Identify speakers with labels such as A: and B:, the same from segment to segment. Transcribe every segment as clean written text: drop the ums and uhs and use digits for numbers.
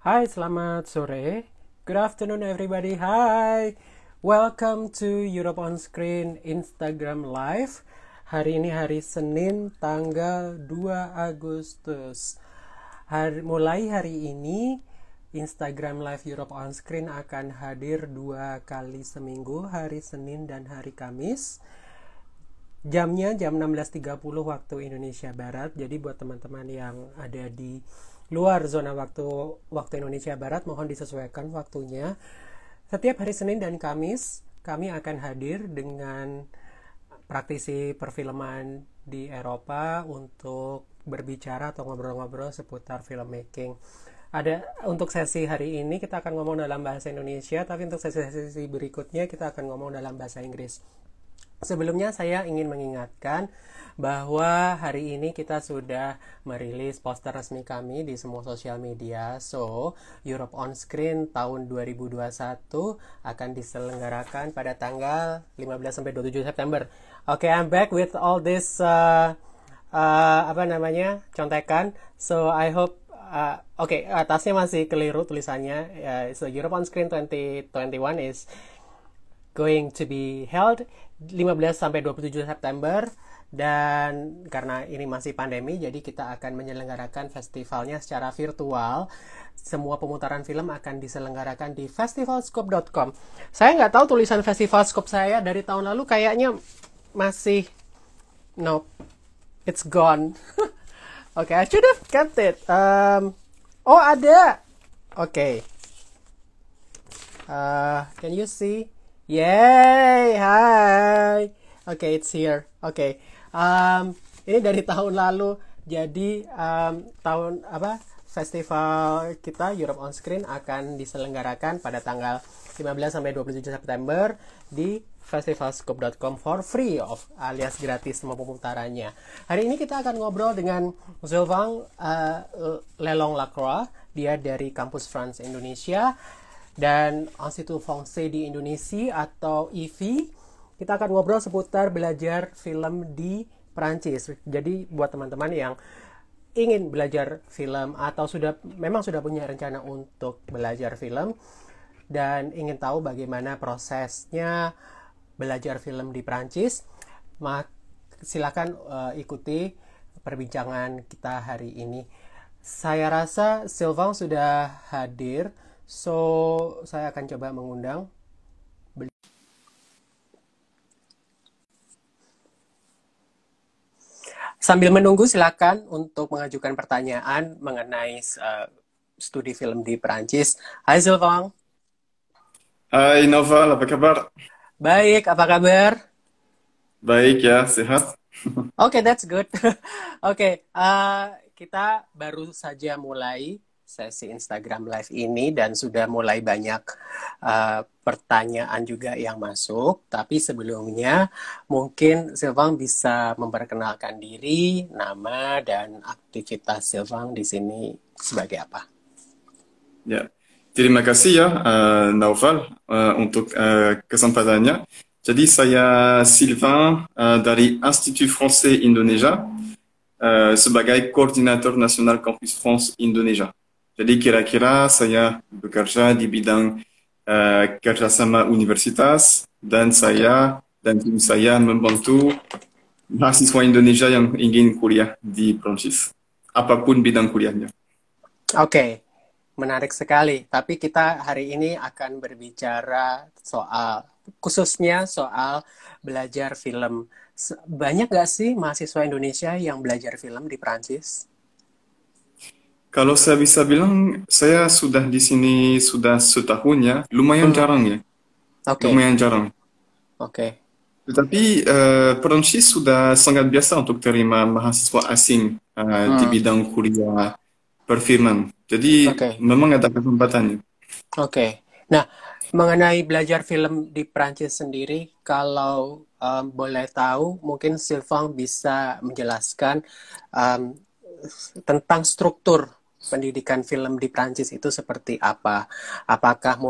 A: Hai, selamat sore. Good afternoon everybody. Hi. Welcome to Europe on Screen Instagram Live. Hari ini hari Senin tanggal 2 Agustus. Mulai hari ini Instagram Live Europe on Screen akan hadir 2 kali seminggu, hari Senin dan hari Kamis. Jamnya jam 16.30 waktu Indonesia Barat. Jadi buat teman-teman yang ada di luar zona waktu Indonesia Barat, mohon disesuaikan waktunya. Setiap hari Senin dan Kamis kami akan hadir dengan praktisi perfilman di Eropa untuk berbicara atau ngobrol-ngobrol seputar filmmaking. Untuk sesi hari ini kita akan ngomong dalam bahasa Indonesia, tapi untuk sesi-sesi berikutnya kita akan ngomong dalam bahasa Inggris. Sebelumnya saya ingin mengingatkan bahwa hari ini kita sudah merilis poster resmi kami di semua sosial media. So, Europe on Screen tahun 2021 akan diselenggarakan pada tanggal 15-27 September. Oke, I'm back with all this contekan. So, I hope atasnya masih keliru tulisannya. So, Europe on Screen 2021 is going to be held 15-27 September, dan karena ini masih pandemi, jadi kita akan menyelenggarakan festivalnya secara virtual. Semua pemutaran film akan diselenggarakan di festivalscope.com. Saya nggak tahu tulisan Festivalscope saya dari tahun lalu kayaknya masih no, it's gone. Okay, I should have kept it. Ada. Okay. Can you see? Yay! Hi! Okay, it's here. Okay. Ini dari tahun lalu. Jadi festival kita Europe on Screen akan diselenggarakan pada tanggal 15-27 September di festivalscope.com for free alias gratis semua pemutarannya. Hari ini kita akan ngobrol dengan Sylvain Lelong-Lacroix. Dia dari Kampus France Indonesia dan Institut Français di Indonesia atau IFI. Kita akan ngobrol seputar belajar film di Perancis. Jadi buat teman-teman yang ingin belajar film atau memang sudah punya rencana untuk belajar film dan ingin tahu bagaimana prosesnya belajar film di Perancis, silakan ikuti perbincangan kita hari ini. Saya rasa Sylvain sudah hadir. So, saya akan coba mengundang. Sambil menunggu, silakan untuk mengajukan pertanyaan mengenai studi film di Perancis. Hai Sylvain.
B: Hai Noval, apa kabar?
A: Baik, apa kabar?
B: Baik ya, sehat.
A: Oke, that's good. Oke, kita baru saja mulai sesi Instagram Live ini dan sudah mulai banyak pertanyaan juga yang masuk. Tapi sebelumnya mungkin Sylvain bisa memperkenalkan diri, nama dan aktivitas Sylvain di sini sebagai apa?
B: Ya, terima kasih ya Noval untuk kesempatannya. Jadi saya Sylvain dari Institut Français Indonesia sebagai koordinator nasional Campus France Indonesia. Jadi kira-kira saya bekerja di bidang kerjasama universitas dan saya dan tim saya membantu mahasiswa Indonesia yang ingin kuliah di Prancis, apapun bidang kuliahnya.
A: Oke, menarik sekali. Tapi kita hari ini akan berbicara khususnya soal belajar film. Banyak nggak sih mahasiswa Indonesia yang belajar film di Prancis?
B: Kalau saya bisa bilang, saya sudah di sini sudah setahun ya, lumayan jarang ya, lumayan jarang.
A: Oke.
B: Tetapi Perancis sudah sangat biasa untuk terima mahasiswa asing di bidang kuliah perfilman. Jadi memang ada kesempatannya.
A: Oke. Nah, mengenai belajar film di Prancis sendiri, kalau boleh tahu, mungkin Sylvain bisa menjelaskan tentang struktur pendidikan film di Prancis itu seperti apa? Apakah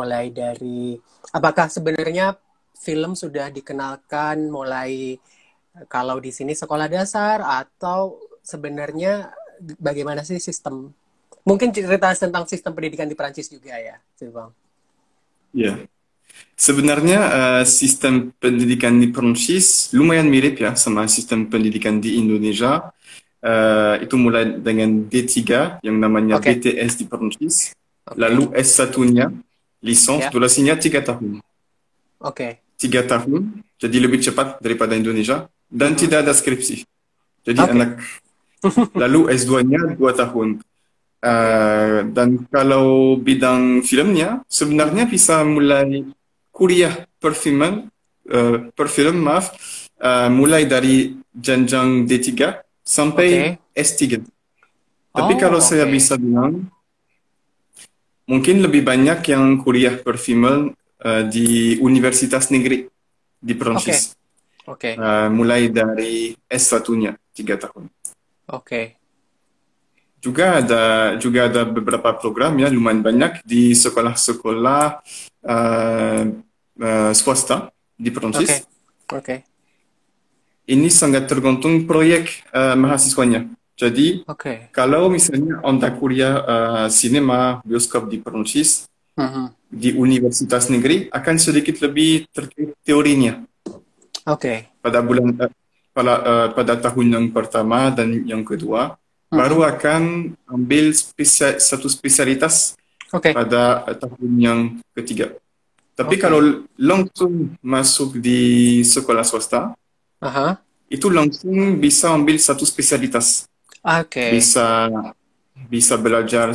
A: sebenarnya film sudah dikenalkan mulai kalau di sini sekolah dasar, atau sebenarnya bagaimana sih sistem Mungkin cerita tentang sistem pendidikan di Prancis juga ya, Bang.
B: Ya. Sebenarnya sistem pendidikan di Perancis lumayan mirip ya sama sistem pendidikan di Indonesia. Itu mulai dengan D3 yang namanya
A: Oke,
B: BTS di Perancis.
A: oke,
B: Lalu S1-nya, lisans,
A: ya,
B: durasinya 3 tahun.
A: oke.
B: 3 tahun, jadi lebih cepat daripada Indonesia. Dan
A: Mhm.
B: tidak ada skripsi. Jadi
A: Oke,
B: anak, lalu S2-nya 2 tahun.
A: oke.
B: Dan kalau bidang filmnya, sebenarnya
A: Mhm.
B: bisa mulai kuliah perfilm, maaf, mulai dari jenjang D3 sampai
A: Oke.
B: S3. Tapi kalau
A: Oh,
B: saya
A: oke.
B: bisa bilang, mungkin lebih banyak yang kuliah perfilman di universitas negeri di
A: Oke,
B: Perancis.
A: oke,
B: Mulai dari S1-nya, 3 tahun.
A: oke.
B: Juga ada beberapa program ya lumayan banyak di sekolah-sekolah uh, swasta di
A: Oke,
B: Perancis.
A: oke,
B: Ini sangat tergantung proyek mahasiswanya. Jadi
A: oke.
B: kalau misalnya Anda kuliah sinema, bioskop di Perancis,
A: Mhm.
B: di universitas negeri akan sedikit lebih terkait teorinya.
A: Oke.
B: Pada pada tahun yang pertama dan yang kedua,
A: Mhm.
B: baru akan ambil satu spesialitas
A: Oke,
B: pada tahun yang ketiga. Tapi
A: oke.
B: kalau langsung masuk di sekolah swasta,
A: Aha.
B: itu langsung bisa ambil satu spesialitas.
A: Oke,
B: Bisa bisa belajar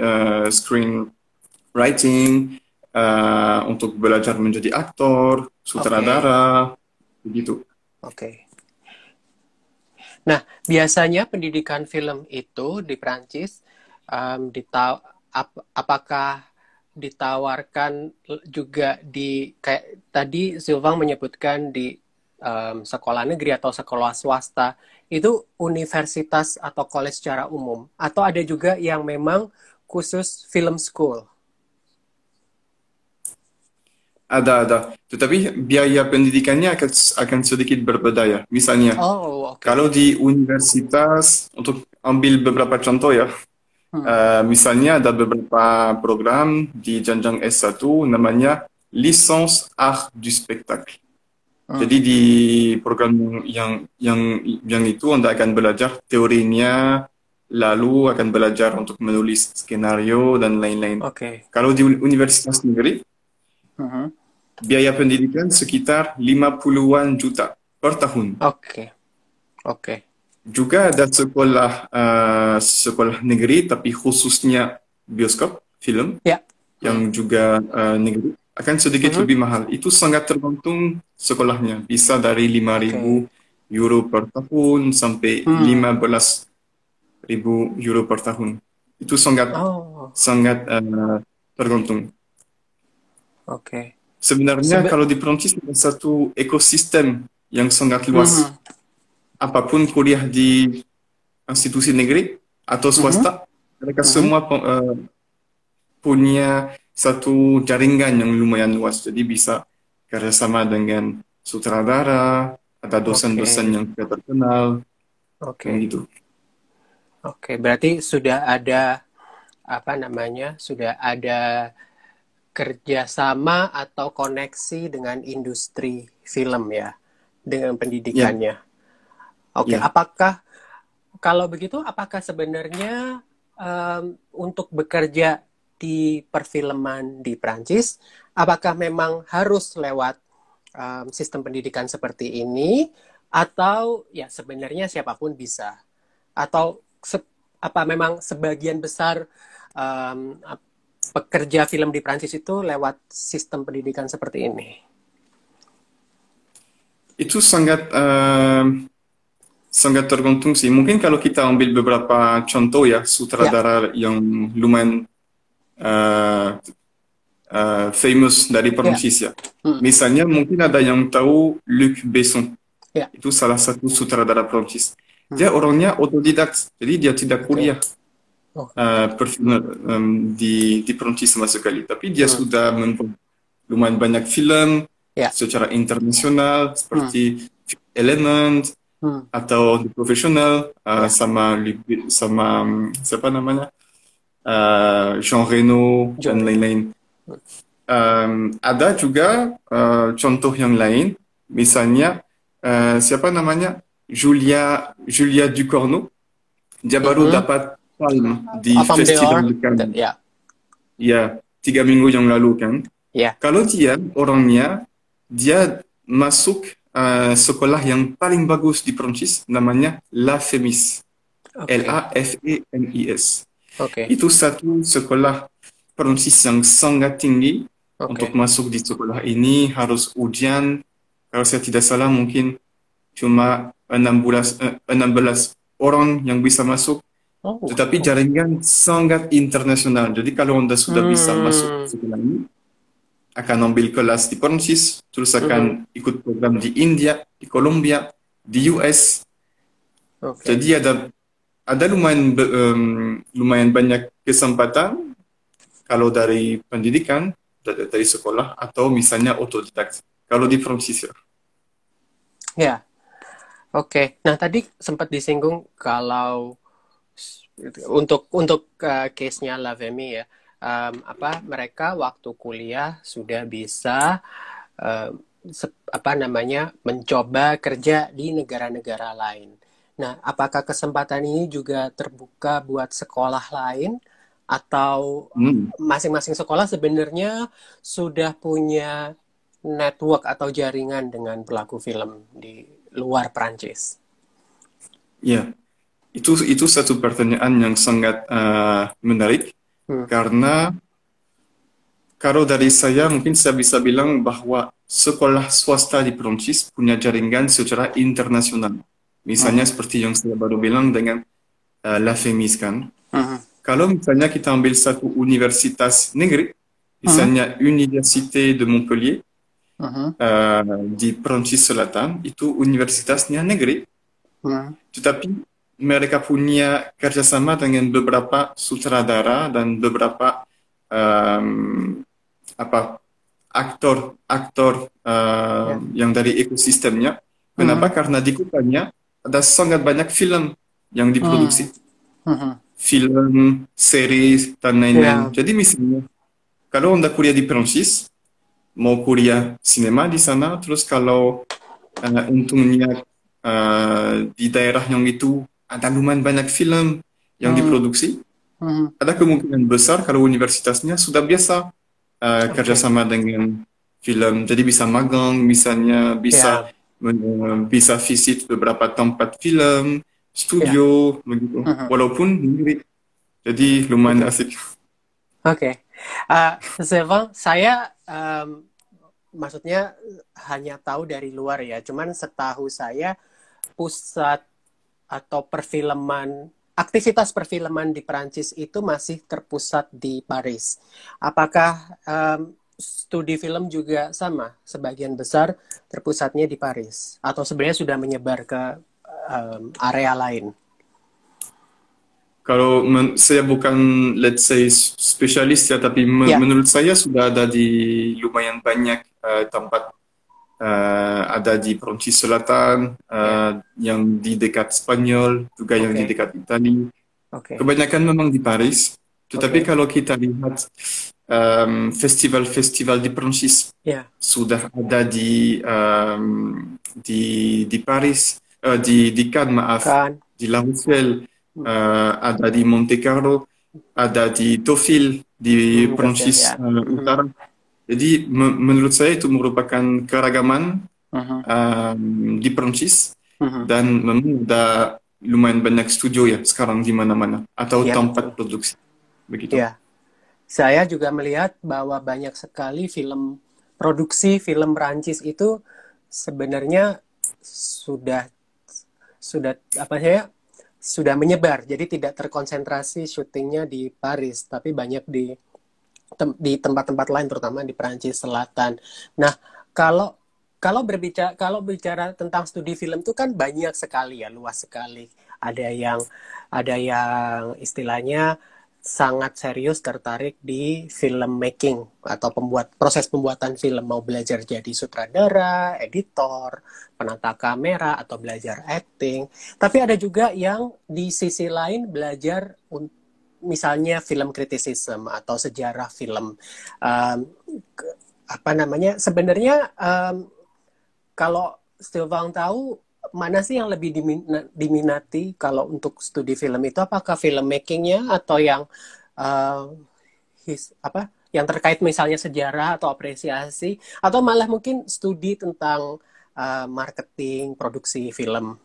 B: screenwriting, untuk belajar menjadi aktor,
A: oke,
B: sutradara, begitu.
A: oke. Nah, biasanya pendidikan film itu di Prancis apakah ditawarkan juga di kayak tadi Silvang menyebutkan di sekolah negeri atau sekolah swasta itu universitas atau college secara umum atau ada juga yang memang khusus film school.
B: Ada. Tetapi biaya pendidikannya akan sedikit berbeda ya. Misalnya,
A: Oh,
B: kalau
A: oke.
B: di universitas, untuk ambil beberapa contoh ya,
A: Hmm.
B: misalnya ada beberapa program di jenjang S1 namanya Licence Art du Spectacle.
A: Hmm.
B: Jadi di program yang itu Anda akan belajar teorinya, lalu akan belajar untuk menulis skenario dan lain-lain.
A: Oke.
B: Kalau di universitas negeri,
A: Mhm.
B: biaya pendidikan sekitar 50-an juta per tahun.
A: Oke. Oke.
B: Juga ada sekolah negeri, tapi khususnya bioskop, film,
A: Ya. Hmm.
B: yang juga negeri, akan sedikit
A: Mhm.
B: lebih mahal. Itu sangat tergantung sekolahnya. Bisa dari
A: Oke.
B: 5.000 euro per tahun sampai
A: Hmm.
B: 15.000 euro per tahun. Itu sangat
A: Oh,
B: sangat tergantung.
A: oke.
B: Sebenarnya
A: Sebe
B: kalau di Perancis ada satu ekosistem yang sangat luas.
A: Mhm.
B: Apapun kuliah di institusi negeri atau
A: Mhm.
B: swasta, mereka
A: Mhm.
B: semua punya satu jaringan yang lumayan luas. Jadi bisa kerjasama dengan sutradara, ada dosen-dosen
A: Oke.
B: yang tidak terkenal, yang
A: Oke.
B: gitu.
A: Oke. Berarti sudah ada apa namanya? Sudah ada kerjasama atau koneksi dengan industri film ya, dengan
B: Ya,
A: pendidikannya. Oke.
B: ya.
A: Apakah kalau begitu, apakah sebenarnya untuk bekerja di perfilman di Prancis, apakah memang harus lewat sistem pendidikan seperti ini, atau ya sebenarnya siapapun bisa, atau apa memang sebagian besar um, pekerja film di Prancis itu lewat sistem pendidikan seperti ini?
B: Itu sangat tergantung sih. Mungkin kalau kita ambil beberapa contoh ya,
A: Ya.
B: sutradara yang lumayan eh, famous dari
A: Ya.
B: Perancis ya.
A: Hmm.
B: Misalnya mungkin ada yang tahu Luc Besson.
A: Ya.
B: Itu salah satu sutradara Perancis. Dia
A: Hmm.
B: orangnya otodidak, jadi dia tidak
A: Oke.
B: kuliah
A: Oh.
B: perfilman di Perancis sama sekali. Tapi dia
A: Hmm.
B: sudah membuat lumayan banyak film
A: Ya.
B: secara internasional
A: Hmm.
B: seperti Element
A: Hmm.
B: atau The Professional,
A: Ya.
B: sama siapa namanya? Jean Reno dan
A: John Reno.
B: lain-lain. Ada juga contoh yang lain, misalnya siapa namanya Julia Ducournau, dia baru dapat Palme di
A: Palme d'Or.
B: Festival de Cannes.
A: Ya,
B: Ya, 3 minggu yang lalu kan.
A: ya.
B: Kalau dia orangnya, dia masuk sekolah yang paling bagus di Prancis, namanya La Femis.
A: Oke,
B: LAFEMIS.
A: oke,
B: Itu satu sekolah Prancis yang sangat tinggi. Untuk
A: oke.
B: masuk di sekolah ini harus ujian. Kalau saya tidak salah mungkin cuma 16 orang yang bisa masuk.
A: Oh,
B: Tetapi jaringan sangat internasional. Jadi kalau Anda sudah bisa masuk ke sekolah ini, akan ambil kelas di Prancis, terus akan ikut program di India, di Colombia, di US.
A: oke.
B: Jadi ada lumayan banyak kesempatan kalau dari pendidikan, dari sekolah, atau misalnya otodidak. Kalau di Prancis ya.
A: Ya, oke. Nah, tadi sempat disinggung kalau untuk case-nya Lavemi ya, mereka waktu kuliah sudah bisa mencoba kerja di negara-negara lain. Nah, apakah kesempatan ini juga terbuka buat sekolah lain atau masing-masing sekolah sebenarnya sudah punya network atau jaringan dengan pelaku film di luar Prancis?
B: Ya, itu satu pertanyaan yang sangat menarik karena kalau dari saya mungkin saya bisa bilang bahwa sekolah swasta di Prancis punya jaringan secara internasional. Misalnya seperti yang saya baru bilang dengan La Femis kan. Kalau misalnya kita ambil satu universitas negeri, misalnya Université de Montpellier di Prancis Selatan, itu universitasnya negeri. Tetapi mereka punya kerjasama dengan beberapa sutradara dan beberapa aktor yang dari ekosistemnya. Kenapa? Karena di kotanya ada sangat banyak film yang diproduksi. Film, series, dan lain-lain. Jadi misalnya, kalau Anda kuliah di Prancis, mau kuliah sinema di sana, terus kalau untungnya di daerah yang itu ada lumayan banyak film yang diproduksi, ada kemungkinan besar kalau universitasnya sudah biasa kerjasama dengan film. Jadi bisa magang, misalnya bisa visit beberapa tempat film, studio, begitu. Walaupun mirip. Jadi lumayan asik.
A: Oke. Zevon, saya maksudnya hanya tahu dari luar ya. Cuman setahu saya pusat atau aktivitas perfilman di Perancis itu masih terpusat di Paris. Apakah studi film juga sama? Sebagian besar terpusatnya di Paris? Atau sebenarnya sudah menyebar ke area lain?
B: Kalau saya bukan, let's say, spesialis ya, tapi menurut saya sudah ada di lumayan banyak tempat. Ada di Prancis Selatan, yang di dekat Spanyol, juga yang di dekat Italia. Kebanyakan memang di Paris. Tetapi kalau kita lihat festival-festival di Prancis, sudah ada di Paris, di Cannes, maaf, di La Rochelle, ada di Monte Carlo, ada di Deauville, di Prancis Utara. Jadi menurut saya itu merupakan keragaman di Prancis, dan memang ada lumayan banyak studio ya sekarang di mana-mana, atau tempat produksi. Begitu.
A: Ya. Saya juga melihat bahwa banyak sekali produksi film Prancis itu sebenarnya sudah menyebar, jadi tidak terkonsentrasi syutingnya di Paris, tapi banyak di tempat-tempat lain, terutama di Perancis Selatan. Nah, kalau bicara tentang studi film itu kan banyak sekali ya, luas sekali. Ada yang istilahnya sangat serius tertarik di filmmaking atau proses pembuatan film, mau belajar jadi sutradara, editor, penata kamera, atau belajar acting. Tapi ada juga yang di sisi lain belajar misalnya film kritisisme atau sejarah film, um, apa namanya? Sebenarnya kalau Stilvang tahu mana sih yang lebih diminati kalau untuk studi film itu, apakah filmmakingnya atau yang uh, apa yang terkait misalnya sejarah atau apresiasi atau malah mungkin studi tentang marketing produksi film.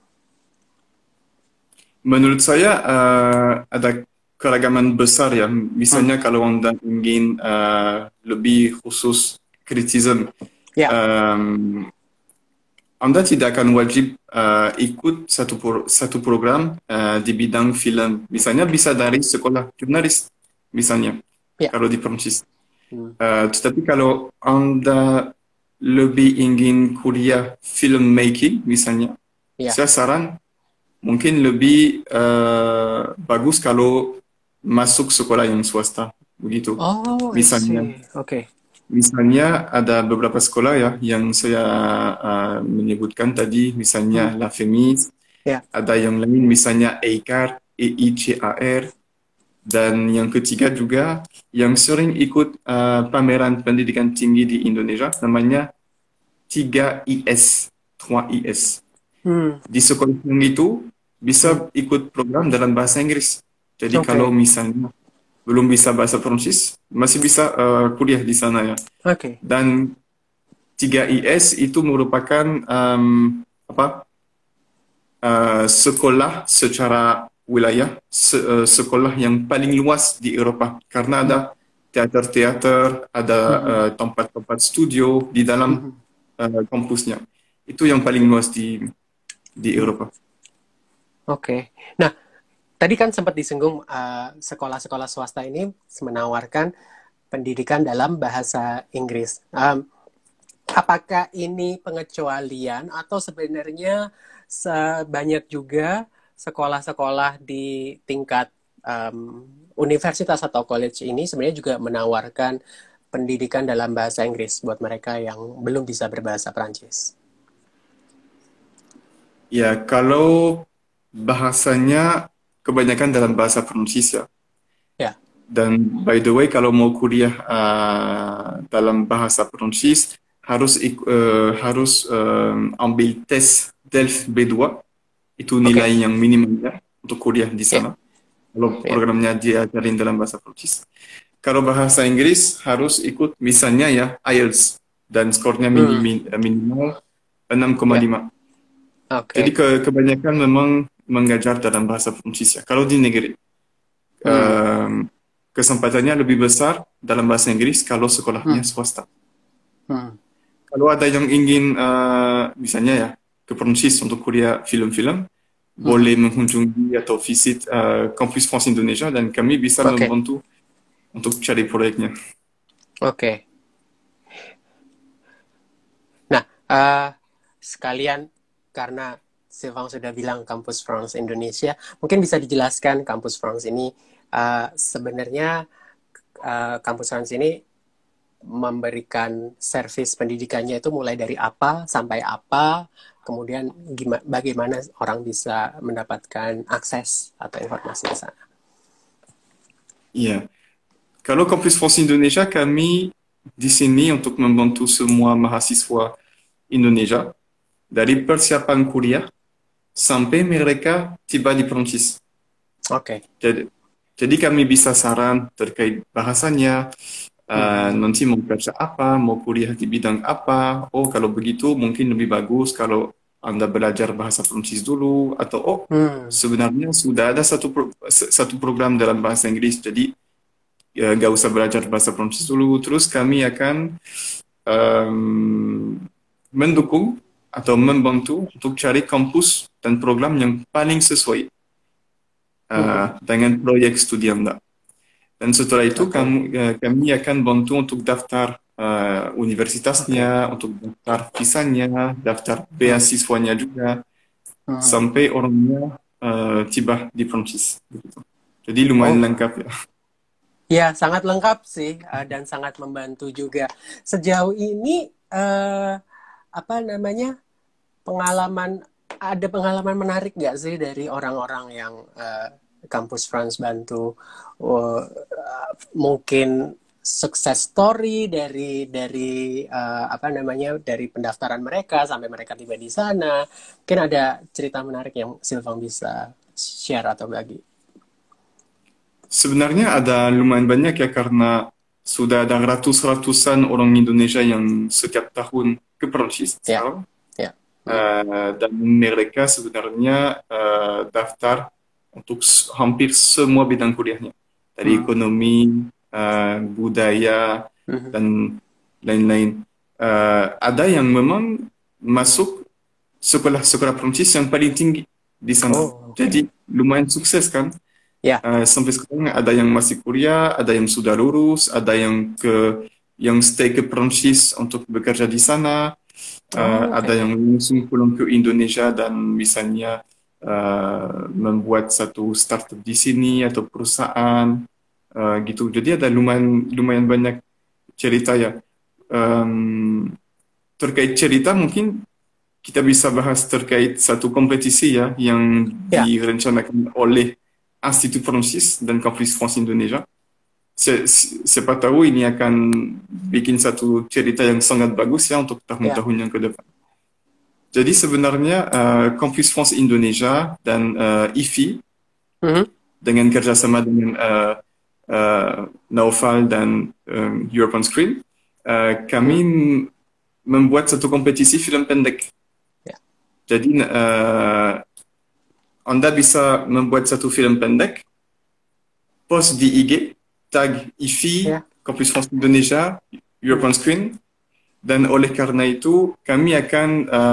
B: Menurut saya ada keragaman besar ya.
A: Hmm.
B: Misalnya kalau Anda ingin lebih khusus kritisisme,
A: Ya.
B: um, Anda tidak akan wajib ikut satu program di bidang film. Misalnya bisa dari sekolah jurnalis, misalnya,
A: Ya.
B: kalau di Prancis.
A: Hmm.
B: Tetapi kalau Anda lebih ingin kuliah filmmaking, misalnya,
A: Ya.
B: saya saran mungkin lebih bagus kalau masuk sekolah yang swasta, begitu.
A: Oh, I
B: Misalnya,
A: see. Oke.
B: misalnya ada beberapa sekolah ya yang saya menyebutkan tadi,
A: Hmm.
B: misalnya La Femis,
A: Ya.
B: ada yang lain misalnya EICAR, EICAR, dan yang ketiga juga yang sering ikut pameran pendidikan tinggi di Indonesia namanya 3IS, 3IS.
A: Hmm.
B: Di sekolah yang itu
A: Hmm.
B: bisa ikut program dalam bahasa Inggris. Jadi kalau
A: Oke.
B: misalnya belum bisa bahasa Prancis, masih bisa kuliah di sana ya.
A: Oke.
B: Dan 3IS itu merupakan apa sekolah secara wilayah, sekolah yang paling luas di Eropa karena ada
A: Hmm.
B: teater-teater, ada
A: Hmm.
B: tempat-tempat studio di dalam
A: Hmm.
B: kampusnya. Itu yang paling luas di
A: Hmm.
B: Eropa.
A: Oke. Nah, tadi kan sempat disinggung sekolah-sekolah swasta ini menawarkan pendidikan dalam bahasa Inggris. Apakah ini pengecualian atau sebenarnya sebanyak juga sekolah-sekolah di tingkat universitas atau college ini sebenarnya juga menawarkan pendidikan dalam bahasa Inggris buat mereka yang belum bisa berbahasa Prancis?
B: Ya, kalau bahasanya kebanyakan dalam bahasa Prancis ya.
A: Ya,
B: Dan by the way, kalau mau kuliah dalam bahasa Prancis, harus ambil tes DELF B2. Itu
A: oke.
B: nilai yang minimumnya untuk kuliah di
A: Ya,
B: sana. Kalau
A: ya.
B: programnya diajarin dalam bahasa Prancis. Kalau bahasa Inggris harus ikut misalnya ya IELTS dan skornya
A: Hmm,
B: minimal
A: ya,
B: 6,5. Jadi
A: oke.
B: kebanyakan memang mengajar dalam bahasa Prancis ya. Kalau di negeri,
A: Hmm,
B: em, kesempatannya lebih besar dalam bahasa Inggris kalau sekolahnya
A: hmm,
B: swasta.
A: hmm,
B: Kalau ada yang ingin misalnya ya ke Prancis untuk kuliah film-film,
A: hmm.
B: boleh mengunjungi atau visit Kampus France Indonesia dan kami bisa
A: Oke,
B: membantu untuk cari proyeknya.
A: oke. Nah, sekalian karena Silvang sudah bilang Kampus France Indonesia, mungkin bisa dijelaskan Kampus France ini sebenarnya Kampus France ini memberikan servis pendidikannya itu mulai dari apa sampai apa, kemudian bagaimana orang bisa mendapatkan akses atau informasi ke sana.
B: Iya. Kalau Kampus France Indonesia, kami di sini untuk membantu semua mahasiswa Indonesia dari persiapan kuliah sampai mereka tiba di Prancis.
A: Oke.
B: Jadi, jadi kami bisa saran terkait bahasanya,
A: Hmm.
B: nanti mau baca apa, mau kuliah di bidang apa. Oh, kalau begitu mungkin lebih bagus kalau Anda belajar bahasa Prancis dulu, atau oh,
A: Hmm.
B: sebenarnya sudah ada satu program dalam bahasa Inggris, jadi ya, nggak usah belajar bahasa Prancis dulu. Terus kami akan em, mendukung atau membantu untuk cari kampus dan program yang paling sesuai
A: Hmm.
B: dengan proyek studi Anda. Dan setelah itu
A: Oke.
B: kami akan bantu untuk daftar
A: Oke.
B: universitasnya, untuk daftar visanya, daftar
A: Hmm.
B: beasiswanya juga,
A: Hmm.
B: sampai orangnya tiba di Prancis. Begitu. Jadi lumayan
A: Oh,
B: lengkap ya.
A: ya sangat lengkap sih dan sangat membantu juga. Sejauh ini apa namanya pengalaman ada pengalaman menarik nggak sih dari orang-orang yang Kampus France bantu mungkin sukses story dari apa namanya dari pendaftaran mereka sampai mereka tiba di sana. Mungkin ada cerita menarik yang Silvang bisa share atau bagi.
B: Sebenarnya ada lumayan banyak ya karena sudah ada ratus-ratusan orang Indonesia yang setiap tahun ke Perancis
A: Ya,
B: sekarang.
A: ya. Hmm.
B: Dan mereka sebenarnya daftar untuk hampir semua bidang kuliahnya. Dari
A: Hmm.
B: ekonomi, budaya,
A: Mhm.
B: dan lain-lain. Ada yang memang masuk sekolah-sekolah Perancis yang paling tinggi di sana.
A: Oh, oke.
B: Jadi lumayan sukses kan.
A: Ya.
B: Sampai sekarang ada yang masih kuliah, ada yang sudah lulus, ada yang stay ke Perancis untuk bekerja di sana,
A: Oh,
B: ada
A: oke.
B: yang langsung pulang ke Indonesia dan misalnya membuat satu startup di sini atau perusahaan gitu. Jadi ada lumayan lumayan banyak cerita ya. Em, Terkait cerita mungkin kita bisa bahas terkait satu kompetisi ya yang
A: Ya.
B: direncanakan oleh Institut Francis dan Campus France Indonesia. Siapa tahu ini akan bikin satu cerita yang sangat bagus ya untuk
A: Ya.
B: tahun-tahun yang ke depan. Jadi sebenarnya Campus France Indonesia dan IFI
A: Mhm.
B: dengan kerjasama dengan Naufal dan Europe on Screen, kami
A: Mhm.
B: membuat satu kompetisi film pendek.
A: Ya.
B: Jadi Anda bisa membuat satu film pendek, post di IG, tag IFI,
A: Ya.
B: Campus France Indonesia, Europe on
A: Mhm.
B: Screen, dan oleh karena itu kami akan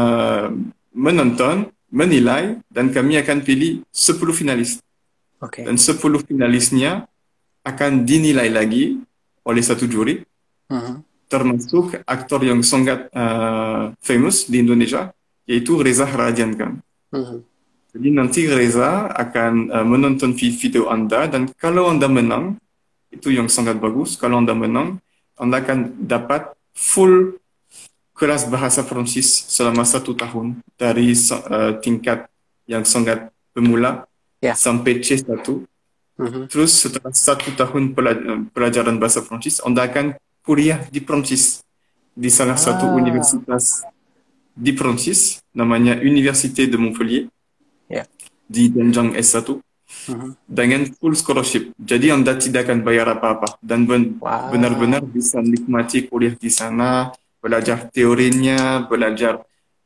B: menonton, menilai, dan kami akan pilih 10 finalis.
A: Oke.
B: Dan 10 finalisnya akan dinilai lagi oleh satu juri,
A: Mhm.
B: termasuk aktor yang sangat famous di Indonesia, yaitu Reza Haradian kan.
A: Mhm.
B: Jadi nanti Reza akan menonton video Anda dan kalau Anda menang, itu yang sangat bagus. Kalau Anda menang, Anda akan dapat full kelas bahasa Prancis selama 1 tahun dari tingkat yang sangat pemula
A: Ya.
B: sampai C1.
A: Mhm.
B: Terus setelah 1 tahun pelajaran bahasa Prancis, Anda akan kuliah di Prancis di salah satu
A: Ah.
B: universitas di Prancis, namanya Université de Montpellier
A: Ya.
B: di Denjang S1
A: Mhm.
B: dengan full scholarship. Jadi Anda tidak akan bayar apa-apa dan benar-benar
A: Wow.
B: bisa nikmati kuliah di sana, belajar teorinya, belajar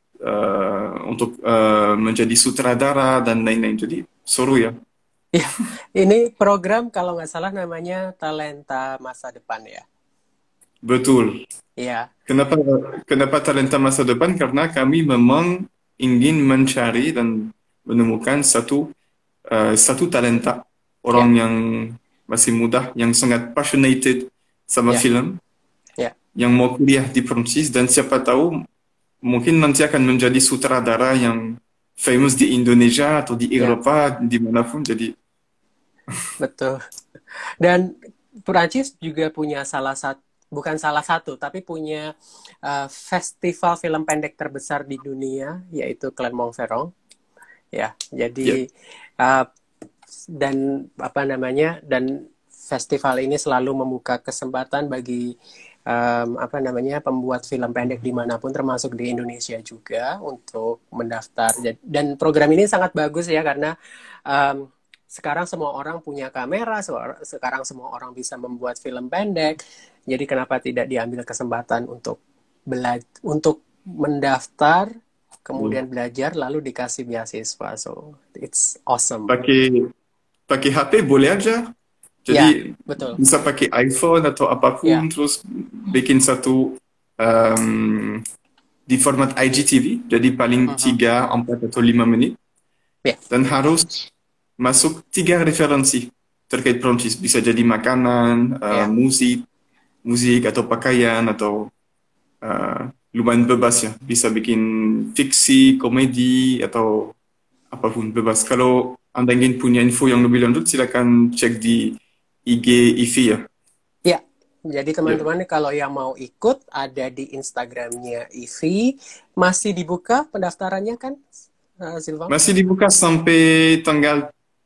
B: untuk menjadi sutradara dan lain-lain. Jadi seru ya.
A: Ya, ini program kalau nggak salah namanya Talenta Masa Depan ya.
B: Betul.
A: Iya.
B: Kenapa kenapa talenta masa depan? Karena kami memang ingin mencari dan menemukan satu talenta orang
A: Ya.
B: yang masih muda, yang sangat passionate sama
A: Ya.
B: film,
A: Ya.
B: yang mau kuliah di Prancis dan siapa tahu mungkin nanti akan menjadi sutradara yang famous di Indonesia atau di
A: Ya.
B: Eropa, dimanapun. Jadi
A: Betul. Dan Perancis juga punya salah satu, bukan salah satu, tapi punya festival film pendek terbesar di dunia, yaitu Clermont-Ferrand. Ya,
B: ya,
A: jadi dan apa namanya, dan festival ini selalu membuka kesempatan bagi apa namanya pembuat film pendek dimanapun, termasuk di Indonesia juga, untuk mendaftar. Dan program ini sangat bagus ya karena um, sekarang semua orang punya kamera, sekarang semua orang bisa membuat film pendek. Jadi kenapa tidak diambil kesempatan untuk untuk mendaftar, kemudian belajar, lalu dikasih beasiswa. So it's awesome.
B: pakai pakai HP boleh aja.
A: Ya,
B: Jadi
A: betul.
B: bisa pakai iPhone atau
A: Ya.
B: apapun, terus bikin satu em, di format IGTV, jadi paling
A: Mhm.
B: 3, 4 atau 5 menit,
A: Ya.
B: dan harus masuk 3 referensi terkait Prancis. Bisa jadi makanan,
A: Ya.
B: musik atau pakaian atau lumayan bebas ya. Bisa bikin fiksi, komedi atau apapun bebas. Kalau Anda ingin punya info yang lebih lanjut, silakan cek di IG IFI ya.
A: Ya, jadi
B: Ya.
A: teman-teman kalau yang mau ikut ada di Instagramnya Ivi, masih dibuka pendaftarannya kan, Silvang?
B: Masih dibuka sampai tanggal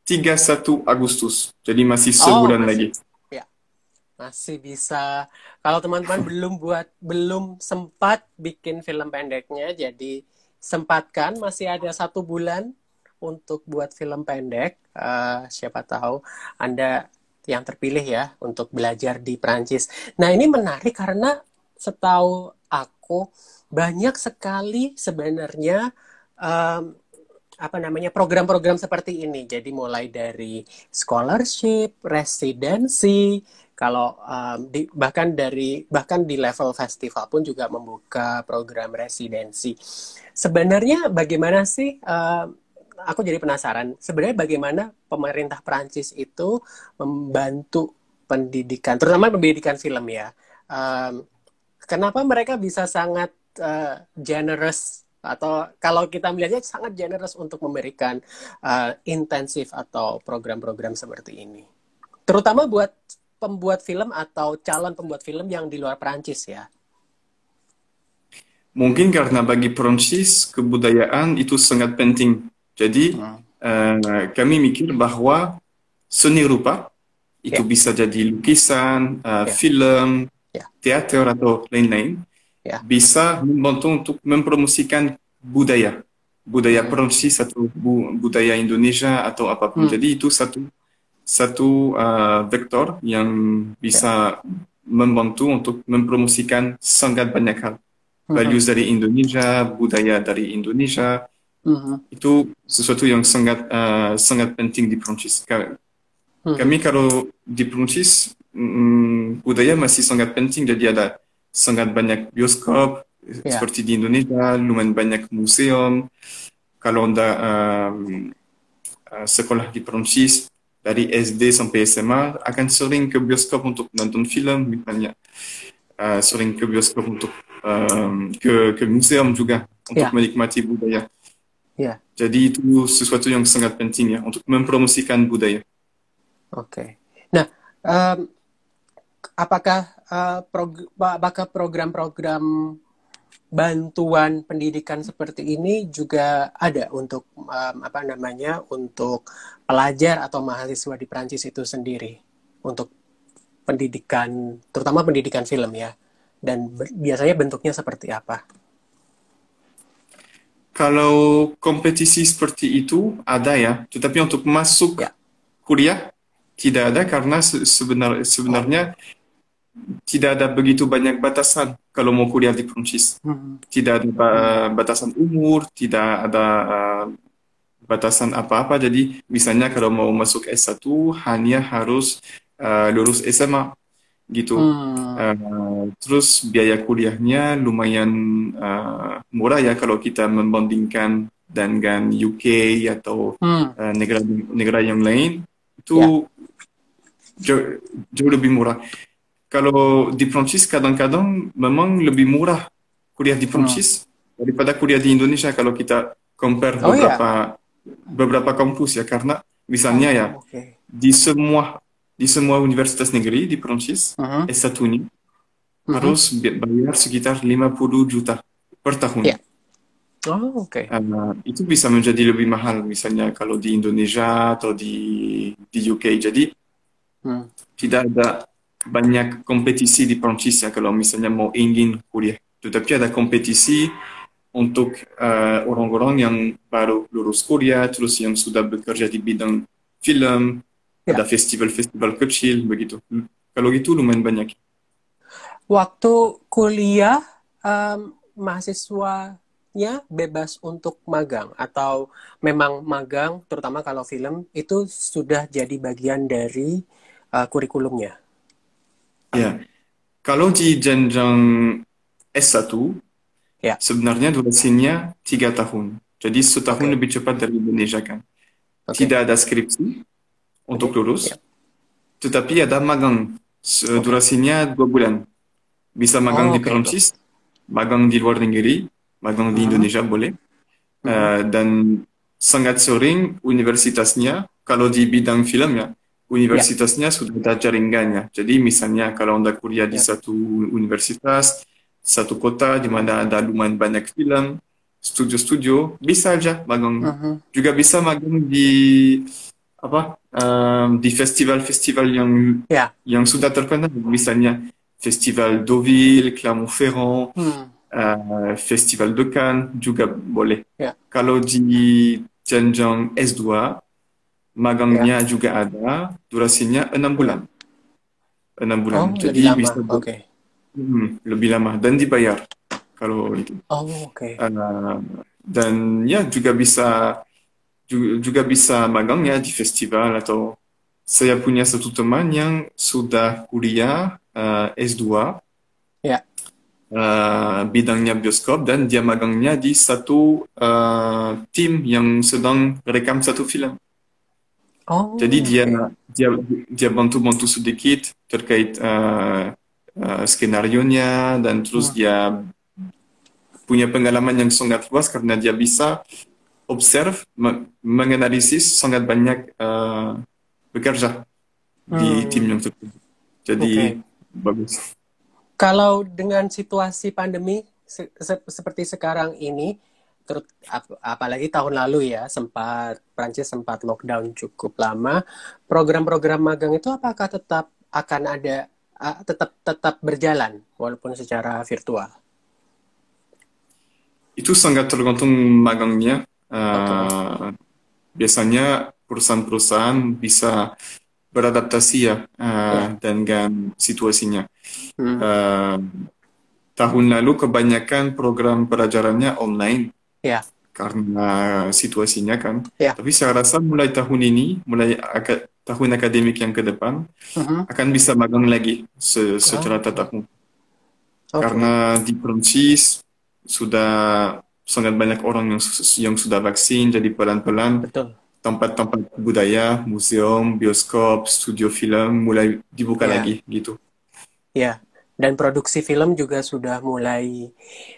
B: 31 Agustus. Jadi masih
A: Oh,
B: sebulan
A: masih.
B: lagi.
A: Ya, masih bisa. Kalau teman-teman belum sempat bikin film pendeknya, jadi sempatkan, masih ada 1 bulan untuk buat film pendek. Siapa tahu Anda yang terpilih ya untuk belajar di Prancis. Nah, ini menarik karena setahu aku banyak sekali sebenarnya em, apa namanya program-program seperti ini. Jadi mulai dari scholarship, residensi, kalau bahkan di level festival pun juga membuka program residensi. Sebenarnya bagaimana sih? Aku jadi penasaran. Sebenarnya bagaimana pemerintah Prancis itu membantu pendidikan, terutama pendidikan film ya. Um, Kenapa mereka bisa sangat generous atau kalau kita melihatnya sangat generous untuk memberikan intensif atau program-program seperti ini. Terutama buat pembuat film atau calon pembuat film yang di luar Perancis ya.
B: Mungkin karena bagi Perancis kebudayaan itu sangat penting. Jadi kami mikir bahwa seni rupa itu
A: Ya,
B: bisa jadi lukisan,
A: ya,
B: film,
A: ya,
B: teater atau lain-lain,
A: ya.
B: bisa membantu untuk mempromosikan budaya, budaya
A: Hmm,
B: Perancis atau budaya Indonesia atau apapun.
A: hmm,
B: Jadi itu satu satu vektor yang
A: ya,
B: bisa membantu untuk mempromosikan sangat banyak hal.
A: hmm,
B: Values dari Indonesia, budaya dari Indonesia,
A: hmm,
B: itu sesuatu yang sangat penting di Prancis.
A: hmm,
B: Kami kalau di Prancis, budaya masih sangat penting, jadi ada sangat banyak bioskop,
A: ya,
B: seperti di Indonesia, lumayan banyak museum. Kalau Anda sekolah di Prancis, dari SD sampai SMA, akan sering ke bioskop untuk nonton film, misalnya. Sering ke bioskop untuk ke museum juga untuk
A: ya,
B: menikmati budaya.
A: ya.
B: Jadi itu sesuatu yang sangat penting ya untuk mempromosikan budaya.
A: Oke. Nah, em, apakah program-program bantuan pendidikan seperti ini juga ada untuk apa namanya untuk pelajar atau mahasiswa di Prancis itu sendiri untuk pendidikan, terutama pendidikan film ya, dan biasanya bentuknya seperti apa?
B: Kalau kompetisi seperti itu ada ya, tetapi untuk masuk
A: Ya.
B: kuliah tidak ada karena
A: Oh.
B: sebenarnya tidak ada begitu banyak batasan kalau mau kuliah di Prancis.
A: Hmm.
B: Tidak ada
A: Hmm.
B: batasan umur, tidak ada batasan apa-apa. Jadi misalnya kalau mau masuk S1 hanya harus lulus SMA gitu.
A: Hmm.
B: Terus biaya kuliahnya lumayan murah ya kalau kita membandingkan dengan UK atau
A: Hmm.
B: negara yang lain
A: Ya.
B: itu jauh, jauh lebih murah. Kalau di Prancis kadang-kadang memang lebih murah kuliah di
A: Hmm.
B: Prancis daripada kuliah di Indonesia kalau kita compare
A: Oh ya.
B: beberapa kampus ya karena misalnya ya
A: Oh, oke.
B: di semua universitas negeri di Prancis
A: Mhm.
B: S1-nya
A: Mhm.
B: harus bayar sekitar 50 juta per tahun.
A: Ya. Oh, oke.
B: Itu bisa menjadi lebih mahal misalnya kalau di Indonesia atau di UK. Jadi
A: Hmm.
B: tidak ada banyak kompetisi di Prancis ya kalau misalnya mau ingin kuliah. Tetapi ada kompetisi untuk orang-orang yang baru lulus kuliah, terus yang sudah bekerja di bidang film, ada
A: Ya.
B: festival-festival kecil begitu. Kalau gitu lumayan banyak.
A: Waktu kuliah, mahasiswanya bebas untuk magang atau memang magang, terutama kalau film, itu sudah jadi bagian dari kurikulumnya.
B: Ya, kalau di jenjang S1
A: Ya,
B: sebenarnya durasinya 3 tahun. Jadi setahun
A: oke,
B: lebih cepat dari Indonesia kan.
A: oke,
B: Tidak ada skripsi untuk
A: oke,
B: lulus,
A: ya,
B: tetapi ada magang.
A: oke.
B: Durasinya 2 bulan. Bisa magang
A: Oh,
B: di
A: oke, itu.
B: Perancis, magang di luar negeri, magang di
A: Mhm,
B: Indonesia boleh.
A: mhm.
B: Dan sangat sering universitasnya, kalau di bidang film ya,
A: Ya,
B: universitasnya sudah ada jaringannya. Jadi misalnya kalau Anda kuliah di
A: ya.
B: satu universitas, satu kota di mana ada lumayan banyak film, studio-studio, bisa aja magang.
A: Mhm.
B: Juga bisa magang di festival-festival
A: Ya.
B: yang sudah terkenal, misalnya Festival Deauville, Clermont-Ferrand,
A: Hmm.
B: Festival de Cannes juga boleh.
A: Ya.
B: Kalau di jenjang S2,
A: Ya.
B: magangnya juga ada, durasinya 6
A: Hmm.
B: bulan. 6 bulan.
A: Oh, lebih
B: Jadi
A: lama.
B: bisa
A: Oke.
B: lebih lama dan dibayar kalau itu.
A: Oh, oke.
B: Uh, dan ya juga bisa magang ya di festival atau saya punya satu teman yang sudah kuliah S2
A: Ya.
B: bidangnya bioskop dan dia magangnya di satu tim yang sedang rekam satu film. Jadi
A: Oh,
B: dia
A: oke.
B: dia dia bantu-bantu sedikit terkait skenario-nya dan terus
A: Hmm.
B: dia punya pengalaman yang sangat luas karena dia bisa observe, menganalisis sangat banyak bekerja di tim
A: Hmm.
B: yang tersebut. Jadi
A: Oke.
B: bagus.
A: Kalau dengan situasi pandemi seperti sekarang ini, apalagi tahun lalu ya, Prancis sempat lockdown cukup lama. Program-program magang itu apakah tetap akan ada, tetap tetap berjalan walaupun secara virtual?
B: Itu sangat tergantung magangnya.
A: Oke.
B: Biasanya perusahaan-perusahaan bisa beradaptasi ya
A: Ya.
B: dengan situasinya.
A: Hmm.
B: Eh, Tahun lalu kebanyakan program pelajarannya online
A: Ya.
B: karena situasinya kan.
A: Ya.
B: Tapi saya rasa mulai tahun ini, mulai tahun akademik yang ke depan,
A: Mhm.
B: akan bisa magang lagi secara
A: Oke.
B: tatap muka.
A: Oke.
B: Karena di Prancis sudah sangat banyak orang yang sudah vaksin, jadi pelan-pelan
A: Betul.
B: tempat-tempat budaya, museum, bioskop, studio film mulai dibuka
A: Ya.
B: lagi gitu.
A: Ya, dan produksi film juga sudah mulai,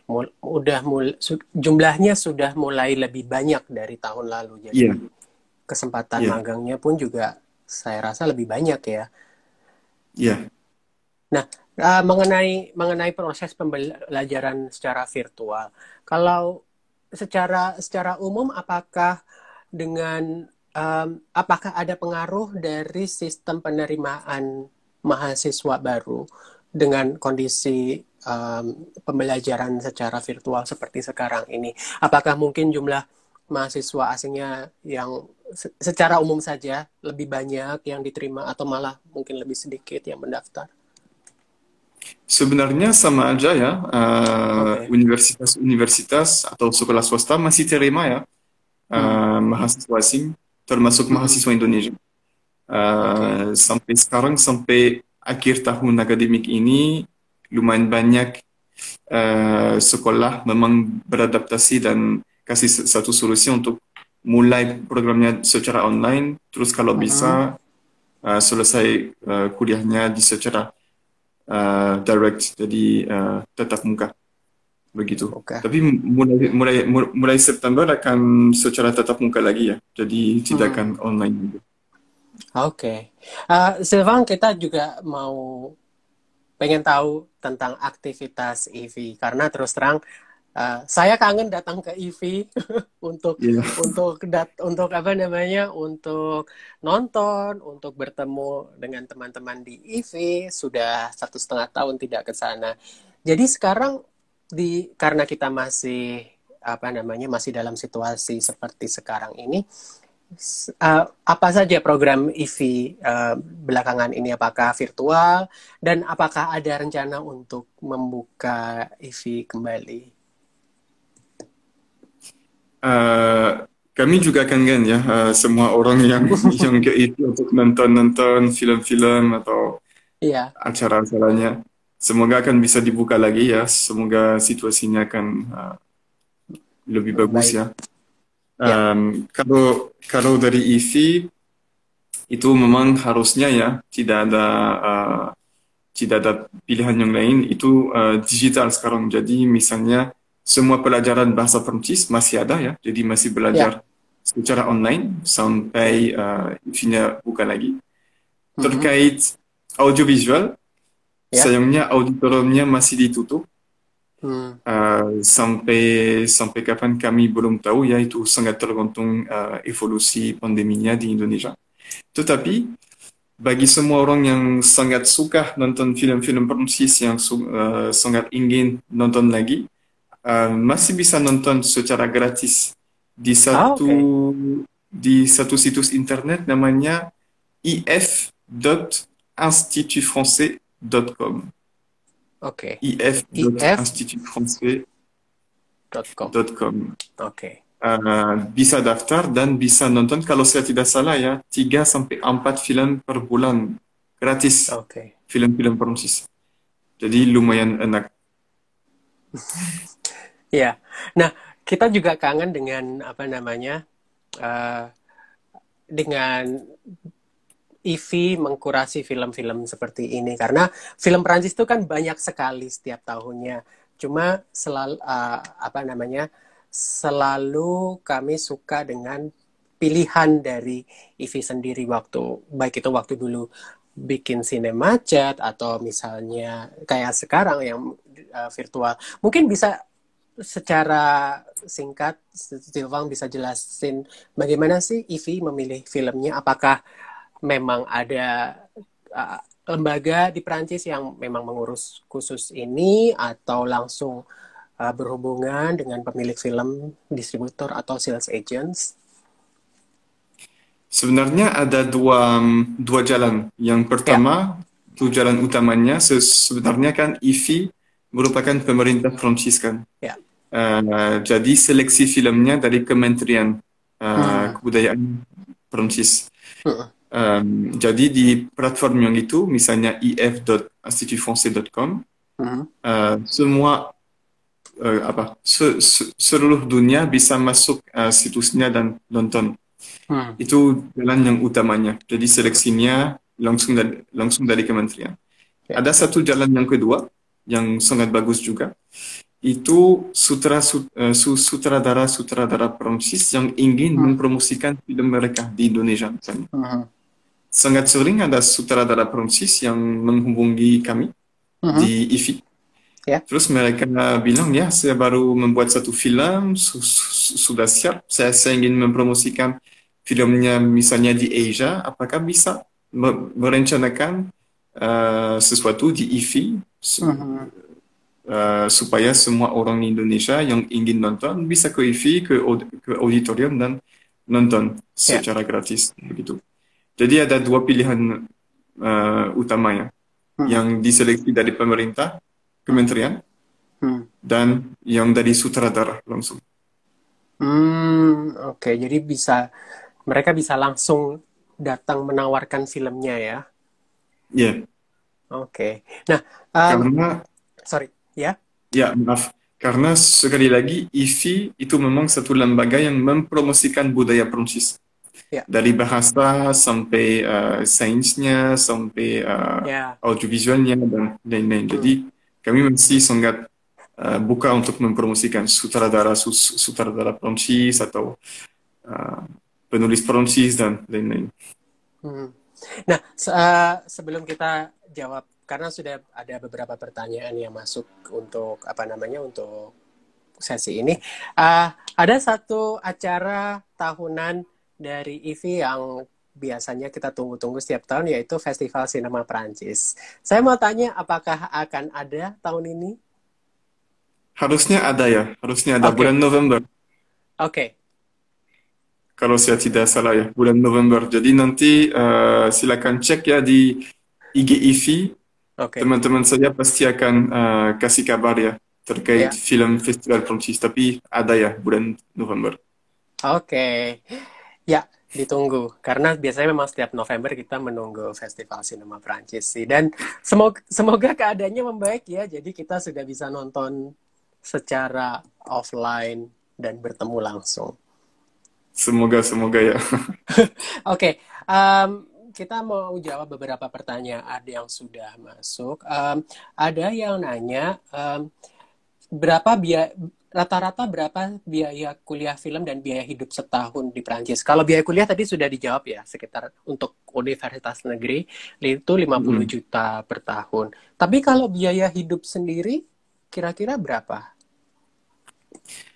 A: jumlahnya sudah mulai lebih banyak dari tahun lalu. Jadi
B: Iya,
A: kesempatan
B: iya,
A: magangnya pun juga saya rasa lebih banyak ya.
B: iya.
A: Nah, mengenai proses pembelajaran secara virtual, kalau secara umum apakah ada pengaruh dari sistem penerimaan mahasiswa baru dengan kondisi pembelajaran secara virtual seperti sekarang ini? Apakah mungkin jumlah mahasiswa asingnya yang secara umum saja lebih banyak yang diterima atau malah mungkin lebih sedikit yang mendaftar?
B: Sebenarnya sama aja ya.
A: Oke.
B: Universitas-universitas atau sekolah swasta masih terima ya
A: Hmm.
B: mahasiswa asing, termasuk
A: Mm-mm.
B: mahasiswa Indonesia.
A: Oke.
B: Sampai sekarang, sampai akhir tahun akademik ini, lumayan banyak sekolah memang beradaptasi dan kasih satu solusi untuk mulai programnya secara online, terus kalau
A: Mm-mm.
B: bisa selesai kuliahnya di secara direct, jadi tatap muka begitu.
A: Oke.
B: Tapi mulai September akan secara tatap muka lagi ya, jadi tidak akan
A: Hmm.
B: online gitu.
A: Oke. Silvan, kita juga mau pengen tahu tentang aktivitas EV karena terus terang saya kangen datang ke EV untuk
B: Iya.
A: untuk apa namanya untuk nonton, untuk bertemu dengan teman-teman di EV. Sudah 1,5 tahun tidak ke sana. Jadi sekarang karena kita masih apa namanya masih dalam situasi seperti sekarang ini, apa saja program EV belakangan ini? Apakah virtual dan apakah ada rencana untuk membuka EV kembali?
B: Eh, Kami juga kangen ya semua orang yang yang ke itu untuk nonton-nonton film-film atau
A: Iya,
B: acara-acaranya. Semoga akan bisa dibuka lagi ya. Semoga situasinya akan lebih bagus
A: baik.
B: ya.
A: Ya.
B: Kalau kalau dari EV itu memang harusnya ya uh, tidak ada pilihan yang lain. Itu digital sekarang. Jadi misalnya semua pelajaran bahasa Prancis masih ada ya. Jadi masih
A: Ya.
B: belajar secara online sampai EV-nya buka lagi.
A: Mhm.
B: Terkait audiovisual,
A: Ya.
B: sayangnya auditoriumnya masih ditutup.
A: Hmm.
B: Sampai kapan kami belum tahu ya, itu sangat tergantung evolusi pandeminya di Indonesia. Tetapi bagi semua orang yang sangat suka nonton film-film Perancis yang sangat ingin nonton lagi, masih bisa nonton secara gratis di
A: Ah,
B: satu
A: oke.
B: di satu situs internet namanya if.institutfrançais.com.
A: Oke. if.com.
B: if.institutfrançais.com.
A: Oke.
B: Bisa daftar dan bisa nonton kalau saya tidak salah ya 3 sampai 4 film per bulan gratis,
A: Oke.
B: film-film Perancis. Jadi lumayan enak.
A: Ya. Nah, kita juga kangen dengan apa namanya? eh, dengan Ivy mengkurasi film-film seperti ini karena film Prancis itu kan banyak sekali setiap tahunnya. Cuma selalu apa namanya? Selalu kami suka dengan pilihan dari Ivy sendiri waktu baik itu waktu dulu bikin Cinemacet atau misalnya kayak sekarang yang virtual. Mungkin bisa secara singkat Silvang bisa jelasin bagaimana sih Ivy memilih filmnya? Apakah memang ada uh, lembaga di Prancis yang memang mengurus khusus ini atau langsung berhubungan dengan pemilik film, distributor atau sales agents?
B: Sebenarnya ada dua jalan. Yang
A: Ya,
B: pertama, itu jalan utamanya. Sebenarnya kan IFI merupakan pemerintah Prancis kan.
A: ya.
B: Jadi seleksi filmnya dari Kementerian
A: Hmm.
B: Kebudayaan Prancis.
A: Hmm.
B: Jadi di platform yang itu, misalnya if.institutfrançais.com,
A: Hmm.
B: semua seluruh dunia bisa masuk situsnya dan nonton.
A: Hmm.
B: Itu jalan yang utamanya. Jadi seleksinya langsung dari kementerian.
A: Ya.
B: Ada satu jalan yang kedua yang sangat bagus juga. Itu sutradara Prancis yang ingin
A: Hmm.
B: mempromosikan film mereka di Indonesia misalnya.
A: Hmm.
B: Sangat sering ada sutradara Prancis yang menghubungi kami
A: Hmm.
B: di IFI.
A: Ya.
B: Terus mereka bilang, ya saya baru membuat satu film, sudah siap, saya ingin mempromosikan filmnya misalnya di Asia, apakah bisa merencanakan sesuatu di IFI
A: Hmm.
B: supaya semua orang Indonesia yang ingin nonton bisa ke IFI, ke auditorium dan nonton
A: Ya.
B: secara gratis begitu. Jadi ada dua pilihan utamanya,
A: Hmm.
B: yang diseleksi dari pemerintah, kementerian,
A: Hmm.
B: dan yang dari sutradara langsung.
A: Oke. Jadi mereka bisa langsung datang menawarkan filmnya ya.
B: Ya,
A: Oke. Nah, um,
B: karena
A: sorry, ya.
B: ya maaf, karena sekali lagi IFI itu memang satu lembaga yang mempromosikan budaya Prancis
A: Ya.
B: dari bahasa sampai sainsnya sampai
A: Ya.
B: audiovisualnya dan lain-lain.
A: Hmm.
B: Jadi kami masih sangat buka untuk mempromosikan sutradara Prancis atau uh, penulis Prancis dan lain-lain.
A: Hmm. Nah, sebelum kita jawab, karena sudah ada beberapa pertanyaan yang masuk untuk apa namanya untuk sesi ini, ada satu acara tahunan dari IFI yang biasanya kita tunggu-tunggu setiap tahun, yaitu Festival Sinema Prancis. Saya mau tanya, apakah akan ada tahun ini?
B: Harusnya ada
A: Oke,
B: bulan November.
A: oke,
B: Kalau saya tidak salah ya, bulan November. Jadi nanti silakan cek ya di IG IFI.
A: oke.
B: Teman-teman saya pasti akan kasih kabar ya terkait
A: Ya,
B: film Festival Prancis. Tapi ada ya bulan November.
A: oke. Ya, ditunggu. Karena biasanya memang setiap November kita menunggu Festival Sinema Prancis sih. Dan semoga keadaannya membaik ya. Jadi kita sudah bisa nonton secara offline dan bertemu langsung.
B: Semoga ya.
A: Oke, kita mau jawab beberapa pertanyaan yang sudah masuk. Ada yang nanya, berapa rata-rata berapa biaya kuliah film dan biaya hidup setahun di Prancis? Kalau biaya kuliah tadi sudah dijawab ya, sekitar untuk universitas negeri itu 50
B: Mm-mm.
A: juta per tahun. Tapi kalau biaya hidup sendiri kira-kira berapa?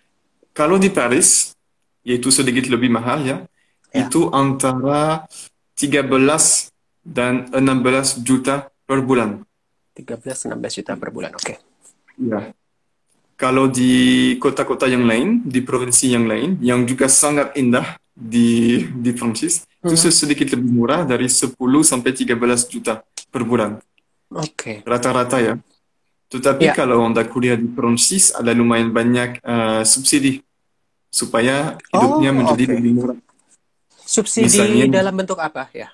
B: Kalau di Paris, yaitu sedikit lebih mahal ya,
A: Ya.
B: itu antara 13 dan 16 juta per bulan.
A: 13-16 juta per bulan. Oke.
B: Ya. Kalau di kota-kota yang lain, di provinsi yang lain, yang juga sangat indah di Prancis, itu sedikit lebih murah dari 10 sampai 13 juta per bulan.
A: Oke.
B: Rata-rata ya. Tetapi
A: Ya.
B: kalau Anda kuliah di Prancis, ada lumayan banyak subsidi supaya hidupnya
A: Oh,
B: menjadi
A: oke.
B: lebih murah.
A: Subsidi
B: Misalnya,
A: dalam bentuk apa ya?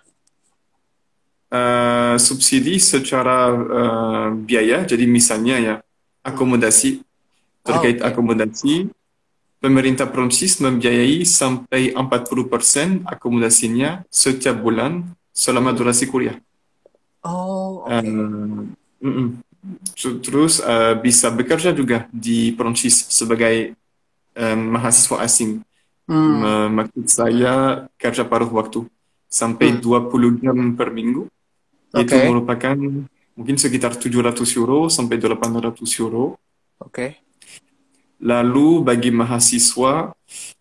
B: subsidi secara biaya, jadi misalnya ya, akomodasi,
A: Oh,
B: terkait
A: oke.
B: akomodasi, pemerintah Prancis membiayai sampai 40% akomodasinya setiap bulan selama durasi kuliah.
A: Oh,
B: Eh,
A: oke.
B: mm-mm. Terus bisa bekerja juga di Prancis sebagai mahasiswa asing.
A: Hmm,
B: Maksud saya kerja paruh waktu sampai
A: hmm.
B: 20 jam per minggu. Itu
A: Oke.
B: merupakan mungkin sekitar 700 euro sampai 800 euro.
A: Oke.
B: Lalu bagi mahasiswa,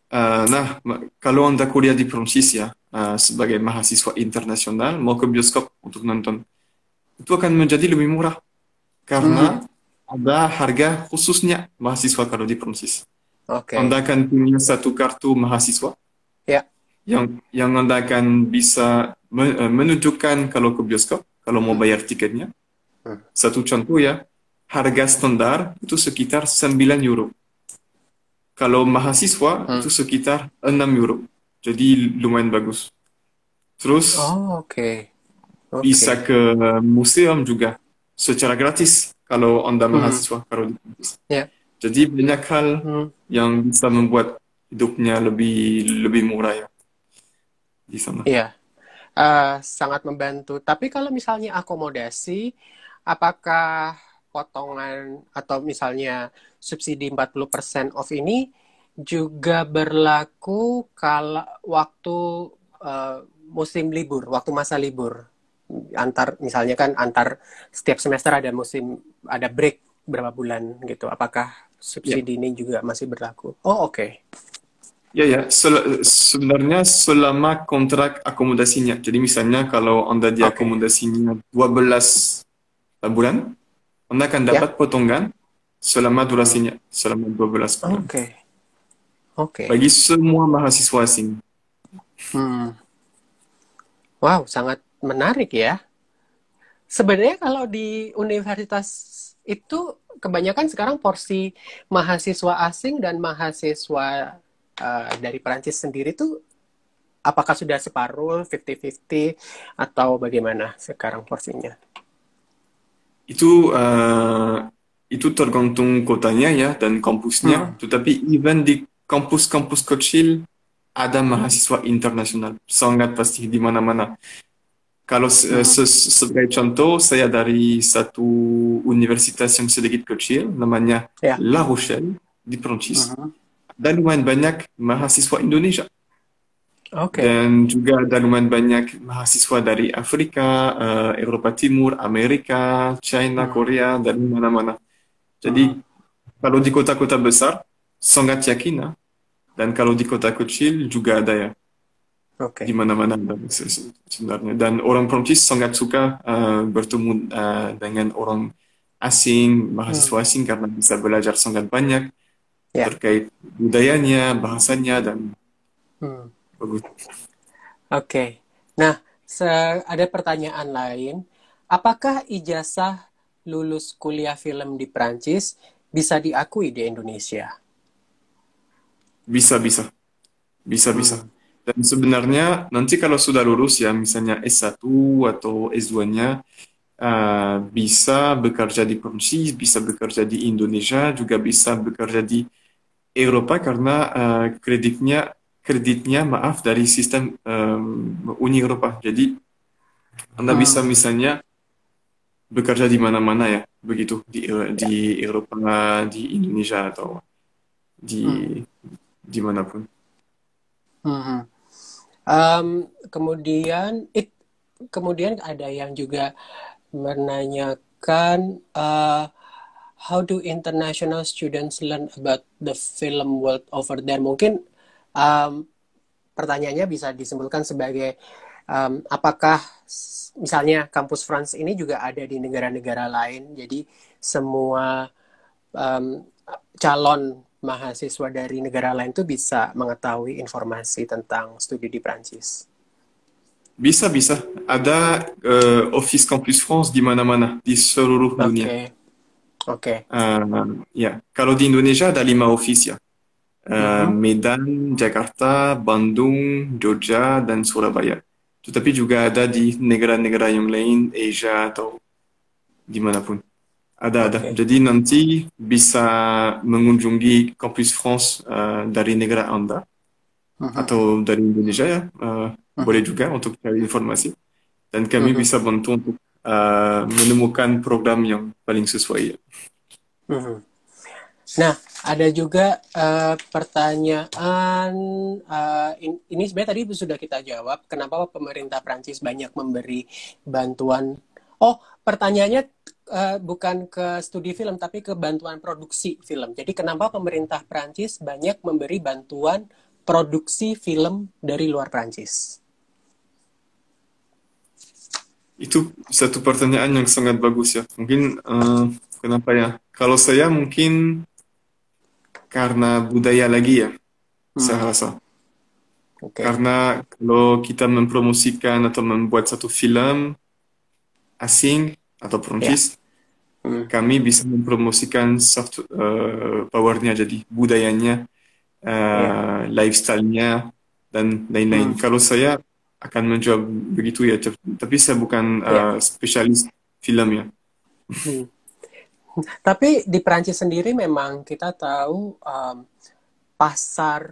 B: kalau Anda kuliah di Prancis ya, sebagai mahasiswa internasional, mau ke bioskop untuk nonton, itu akan menjadi lebih murah.
A: Hmm,
B: Karena ada harga khususnya mahasiswa kalau di Prancis.
A: oke.
B: Anda akan punya satu kartu mahasiswa
A: Ya.
B: yang Anda akan bisa menunjukkan kalau ke bioskop, kalau mau
A: Hmm,
B: bayar tiketnya.
A: hmm.
B: Satu contoh ya, harga standar itu sekitar 9 euro. Kalau mahasiswa itu
A: Hmm.
B: sekitar 6 euro. Jadi lumayan bagus. Terus
A: Oh, oke.
B: bisa
A: Oke.
B: ke museum juga secara gratis kalau Anda
A: Hmm.
B: mahasiswa kalau di kampus.
A: Ya.
B: Jadi banyak hal
A: Hmm.
B: yang bisa membuat hidupnya lebih lebih murah ya di sana.
A: Iya. Sangat membantu. Tapi kalau misalnya akomodasi, apakah potongan atau misalnya subsidi 40% off ini juga berlaku kalau waktu eh, musim libur, waktu masa libur? Antar misalnya kan antar setiap semester ada musim ada break berapa bulan gitu. Apakah
B: Ya,
A: subsidi ini juga masih berlaku? Oh, oke.
B: ya, ya. Sebenarnya selama kontrak akomodasinya. Jadi misalnya kalau Anda
A: Oke.
B: diakomodasinya 12 bulan, Anda akan
A: Ya.
B: dapat potongan selama
A: Hmm.
B: durasinya, selama 12 bulan.
A: Oke. Oke.
B: Bagi semua mahasiswa asing.
A: Hmm. Wow, sangat menarik ya. Sebenarnya kalau di universitas itu kebanyakan sekarang porsi mahasiswa asing dan mahasiswa dari Perancis sendiri tuh apakah sudah separuh 50-50 atau bagaimana sekarang porsinya?
B: Itu itu tergantung kotanya ya dan kampusnya.
A: Hmm.
B: Tetapi even di kampus-kampus kecil ada mahasiswa internasional. Sangat pasti di mana-mana. Kalau
A: Hmm.
B: sebagai contoh, saya dari satu universitas yang sedikit kecil, namanya
A: Ya.
B: La Rochelle di Prancis.
A: Mhm.
B: Ada lumayan banyak mahasiswa Indonesia.
A: Oke.
B: Dan juga ada lumayan banyak mahasiswa dari Afrika, Eropa Timur, Amerika, China,
A: Hmm.
B: Korea, dan mana-mana. Jadi
A: Mhm.
B: kalau di kota-kota besar, sangat yakin ya. Dan kalau di kota kecil juga ada ya. Di
A: Oke.
B: mana-mana ada sebenarnya. Dan orang Prancis sangat suka bertemu dengan orang asing,
A: Hmm.
B: mahasiswa asing karena bisa belajar sangat banyak
A: Ya.
B: terkait budayanya, bahasanya, dan
A: Hmm.
B: bagus.
A: Oke. Nah, ada pertanyaan lain. Apakah ijazah lulus kuliah film di Prancis bisa diakui di Indonesia?
B: Bisa, bisa. Bisa, bisa.
A: Hmm.
B: Dan sebenarnya nanti kalau sudah lulus ya, misalnya S1 atau S2-nya, bisa bekerja di Prancis, bisa bekerja di Indonesia, juga bisa bekerja di Eropa karena kreditnya maaf dari sistem Uni Eropa. Jadi Anda bisa
A: Hmm.
B: misalnya bekerja di mana-mana ya, begitu di
A: Ya.
B: Eropa, di Indonesia atau di
A: Hmm.
B: dimanapun.
A: Hmm. Kemudian kemudian ada yang juga menanyakan how do international students learn about the film world over there? Mungkin um, pertanyaannya bisa disimpulkan sebagai Apakah misalnya kampus France ini juga ada di negara-negara lain, jadi semua um, calon mahasiswa dari negara lain tuh bisa mengetahui informasi tentang studi di Prancis.
B: Bisa, bisa. Ada Office Campus France di mana-mana, di seluruh dunia.
A: Oke, oke.
B: Ya, kalau di Indonesia ada 5 office ya.
A: Mhm.
B: Medan, Jakarta, Bandung, Jogja, dan Surabaya. Tetapi juga ada di negara-negara yang lain, Asia atau dimanapun. Ada.
A: Oke.
B: Jadi nanti bisa mengunjungi Campus France dari negara Anda
A: Mhm.
B: atau dari Indonesia ya. Boleh
A: Mhm.
B: juga untuk cari informasi. Dan kami
A: Mhm.
B: bisa bantu untuk menemukan program yang paling sesuai ya.
A: Mhm. Nah, ada juga pertanyaan ini sebenarnya tadi sudah kita jawab. Kenapa pemerintah Prancis banyak memberi bantuan? Oh, pertanyaannya bukan ke studi film, tapi ke bantuan produksi film. Jadi, kenapa pemerintah Prancis banyak memberi bantuan produksi film dari luar Prancis?
B: Itu satu pertanyaan yang sangat bagus ya. Mungkin kenapa ya? Kalau saya mungkin karena budaya lagi ya,
A: Hmm,
B: saya rasa.
A: oke.
B: Karena kalau kita mempromosikan atau membuat satu film asing atau
A: Ya.
B: Perancis,
A: Hmm,
B: kami bisa mempromosikan satu powernya, jadi budayanya,
A: ya.
B: lifestyle-nya, dan lain-lain.
A: Hmm,
B: Kalau saya akan menjawab begitu ya, tapi saya bukan
A: ya.
B: spesialis film ya.
A: Hmm. Tapi di Perancis sendiri memang kita tahu pasar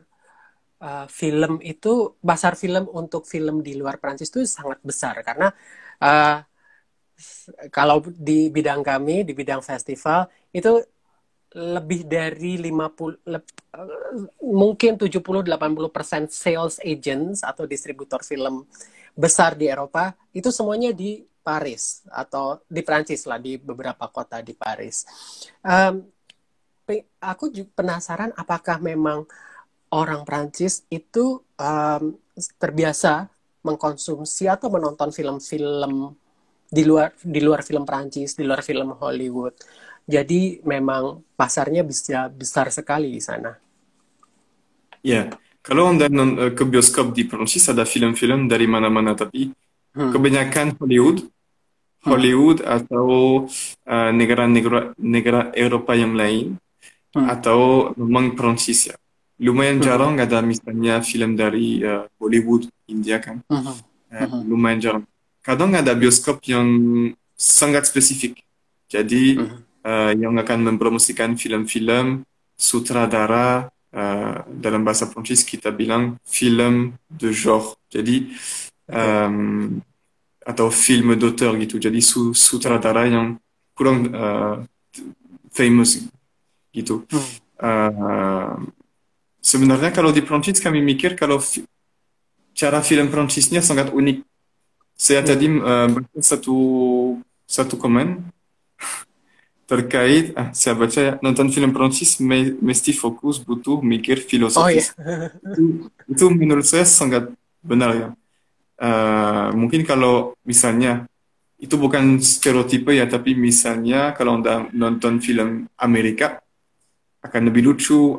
A: pasar film untuk film di luar Perancis itu sangat besar karena uh, kalau di bidang kami di bidang festival itu lebih dari 50 mungkin 70-80% sales agents atau distributor film besar di Eropa itu semuanya di Paris atau di Prancis lah di beberapa kota di Paris. Um, aku juga penasaran apakah memang orang Prancis itu terbiasa mengkonsumsi atau menonton film-film di luar film Prancis, di luar film Hollywood. Jadi memang pasarnya bisa besar sekali di sana.
B: Ya, kalau Anda ke bioskop di Prancis ada film-film dari mana-mana, tapi
A: Hmm.
B: kebanyakan Hollywood,
A: Hmm.
B: atau negara-negara negara Eropa yang lain,
A: Hmm.
B: atau memang Prancis ya. Lumayan
A: Hmm.
B: jarang ada misalnya film dari Bollywood, India kan.
A: Hmm. Hmm.
B: Lumayan jarang. Kadang ada bioskop yang sangat spesifik. Jadi
A: Hmm.
B: yang akan mempromosikan film-film sutradara, dalam bahasa Prancis kita bilang film de genre. Jadi
A: Oke.
B: um, atau film d'auteur gitu. Jadi
A: Ya.
B: sutradara yang kurang famous gitu.
A: Hmm.
B: Uh, Sebenarnya kalau di Prancis kami mikir kalau cara film Prancisnya sangat unik. Saya tadi
A: Hmm.
B: baca satu satu komen terkait, saya baca ya, nonton film Prancis mesti fokus, butuh mikir
A: Oh ya.
B: filosofis. Itu menurut saya sangat benar ya. Mungkin kalau misalnya itu bukan stereotipe ya, tapi misalnya kalau Anda nonton film Amerika akan lebih lucu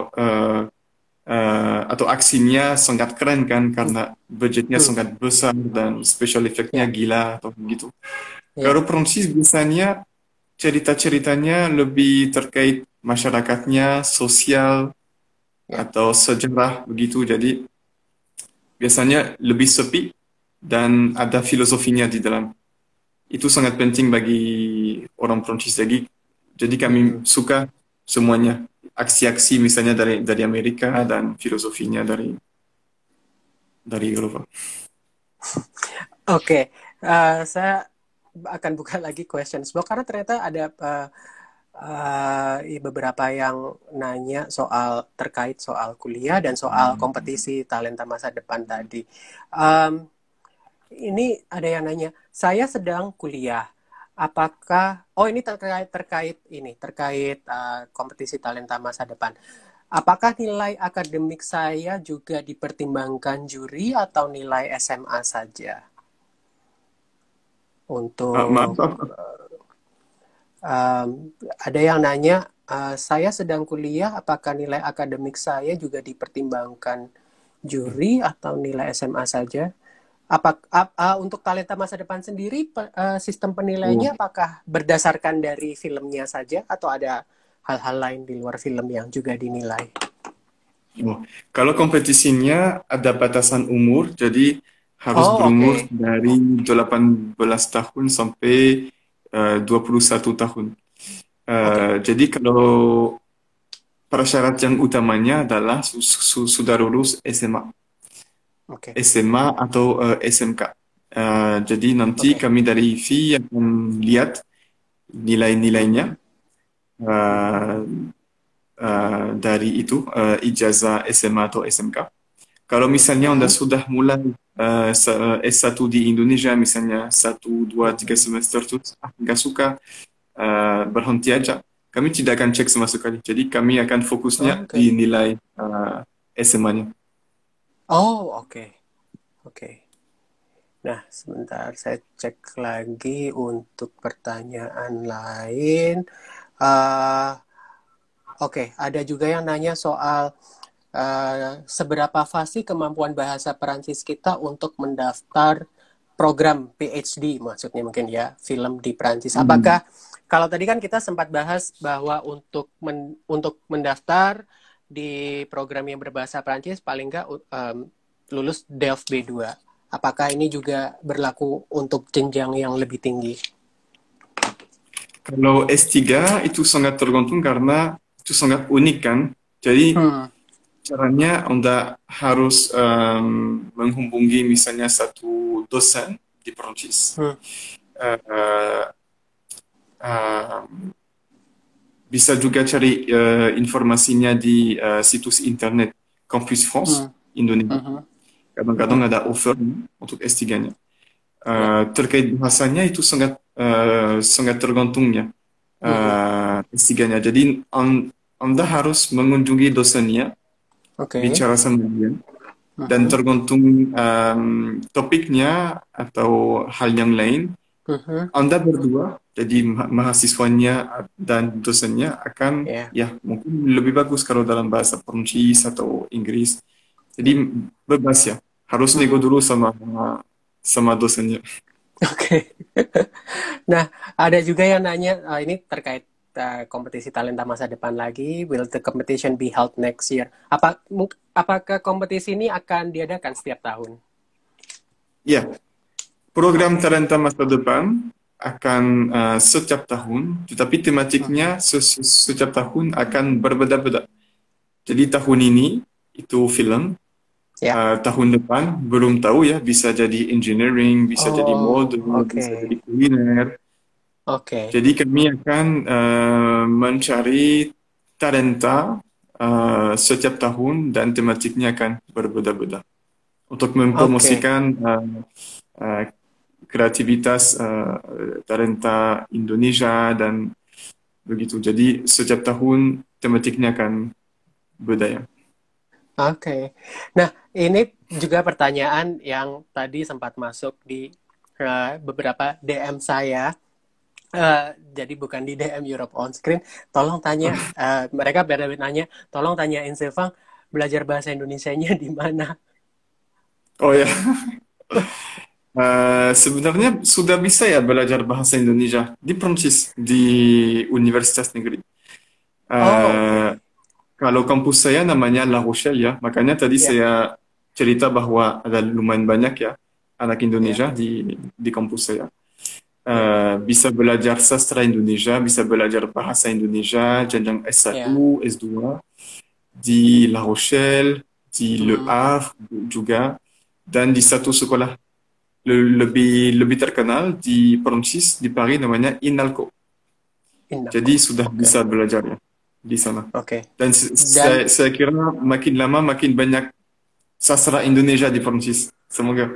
B: atau aksinya sangat keren kan karena budgetnya
A: Hmm.
B: sangat besar dan special effect-nya
A: Ya.
B: gila atau begitu.
A: Ya.
B: Kalau Prancis biasanya cerita-ceritanya lebih terkait masyarakatnya, sosial
A: Ya.
B: atau sejarah begitu. Jadi biasanya lebih sepi dan ada filosofinya di dalam. Itu sangat penting bagi orang Prancis. Jadi kami
A: Hmm.
B: suka semuanya. Aksi-aksi misalnya dari Amerika dan filosofinya dari Eropa.
A: Oke. Saya akan buka lagi questions box karena ternyata ada beberapa yang nanya terkait soal kuliah dan soal kompetisi talenta masa depan tadi. Um, ini ada yang nanya, saya sedang kuliah. Apakah ini terkait kompetisi talenta masa depan. apakah nilai akademik saya juga dipertimbangkan juri atau nilai SMA saja?
B: Maaf,
A: Untuk ada yang nanya, saya sedang kuliah, apakah nilai akademik saya juga dipertimbangkan juri atau nilai SMA saja? Untuk talenta masa depan sendiri, sistem penilaiannya apakah berdasarkan dari filmnya saja atau ada hal-hal lain di luar film yang juga dinilai?
B: kalau kompetisinya ada batasan umur, jadi harus
A: Oh,
B: berumur
A: oke.
B: dari 18 tahun sampai 21 tahun.
A: Oke.
B: Jadi kalau prasyarat yang utamanya adalah sudah lulus SMA,
A: Oke.
B: SMA atau SMK. Jadi nanti
A: Oke.
B: kami dari FI akan lihat nilai-nilainya
A: Mhm.
B: uh, dari itu ijazah SMA atau SMK. Kalau misalnya Anda
A: Mhm.
B: sudah mulai S1 di Indonesia, misalnya 1, 2, 3
A: Mhm.
B: semester terus, nggak suka berhenti aja, kami tidak akan cek sama sekali. Jadi kami akan fokusnya
A: Oke.
B: di nilai SMA-nya.
A: Oh, oke. Oke. Nah, sebentar saya cek lagi untuk pertanyaan lain. Eh, oke, ada juga yang nanya soal seberapa fasih kemampuan bahasa Perancis kita untuk mendaftar program PhD, maksudnya mungkin ya, film di Perancis. Apakah
B: Hmm.
A: kalau tadi kan kita sempat bahas bahwa untuk mendaftar di program yang berbahasa Perancis paling nggak lulus DELF B2. Apakah ini juga berlaku untuk jenjang yang lebih tinggi?
B: Kalau S3 itu sangat tergantung karena itu sangat unik kan. Jadi
A: Hmm.
B: caranya Anda harus menghubungi misalnya satu dosen di Perancis.
A: Hmm.
B: Eh, eh, Bisa juga cari informasinya di situs internet Campus France
A: Hmm.
B: Indonesia.
A: Hmm.
B: Kadang-kadang
A: Hmm.
B: ada offer untuk S3-nya.
A: Ya.
B: Terkait bahasanya itu sangat tergantungnya
A: Hmm.
B: S3-nya. Jadi Anda harus mengunjungi dosennya,
A: Oke.
B: bicara sama dia, dan
A: Hmm.
B: tergantung topiknya atau hal yang lain,
A: Hmm.
B: Anda berdua, jadi mahasiswanya dan dosennya akan
A: Ya.
B: ya mungkin lebih bagus kalau dalam bahasa Perancis atau Inggris. Jadi
A: Ya.
B: bebas ya. Harus nego
A: Hmm.
B: dulu sama dosennya.
A: Oke. Nah, ada juga yang nanya, ini terkait kompetisi talenta masa depan lagi. Will the competition be held next year? Apakah kompetisi ini akan diadakan setiap tahun?
B: Ya, program
A: Oke.
B: Talenta Masa Depan akan setiap tahun, tetapi
A: Mhm.
B: tematiknya setiap tahun akan berbeda-beda. Jadi tahun ini itu film,
A: Ya.
B: tahun depan belum tahu ya, bisa jadi engineering, bisa jadi mode,
A: Oh,
B: bisa
A: oke.
B: jadi kuliner.
A: Oke.
B: Jadi kami akan mencari talenta setiap tahun dan tematiknya akan berbeda-beda untuk
A: Oke.
B: mempromosikan uh, kreativitas talenta Indonesia dan begitu. Jadi setiap tahun tematiknya akan beda ya.
A: Oke. Nah, ini juga pertanyaan yang tadi sempat masuk di beberapa DM saya. Jadi bukan di DM Europe on Screen. Tolong tanya, mereka pada nanya, tolong tanyain Silvang belajar bahasa Indonesianya di mana?
B: Oh ya, sebenarnya sudah bisa ya belajar bahasa Indonesia di Prancis di Universitas Negeri.
A: Oh,
B: Eh,
A: oke.
B: Kalau kampus saya namanya La Rochelle ya, makanya tadi
A: Ya,
B: saya cerita bahwa ada lumayan banyak ya anak
A: ya,
B: Indonesia di kampus saya.
A: ya,
B: Bisa belajar sastra Indonesia, bisa belajar bahasa Indonesia, jenjang
A: ya.
B: S1, S2 di La Rochelle, di Le
A: Hmm,
B: Havre juga, dan di satu sekolah lebih lebih terkenal di Perancis di Paris namanya INALCO. Jadi
A: Indako.
B: sudah
A: Oke,
B: bisa belajar ya di sana.
A: oke.
B: Dan
A: Dan
B: saya kira makin lama makin banyak sastra Indonesia di Perancis. Semoga.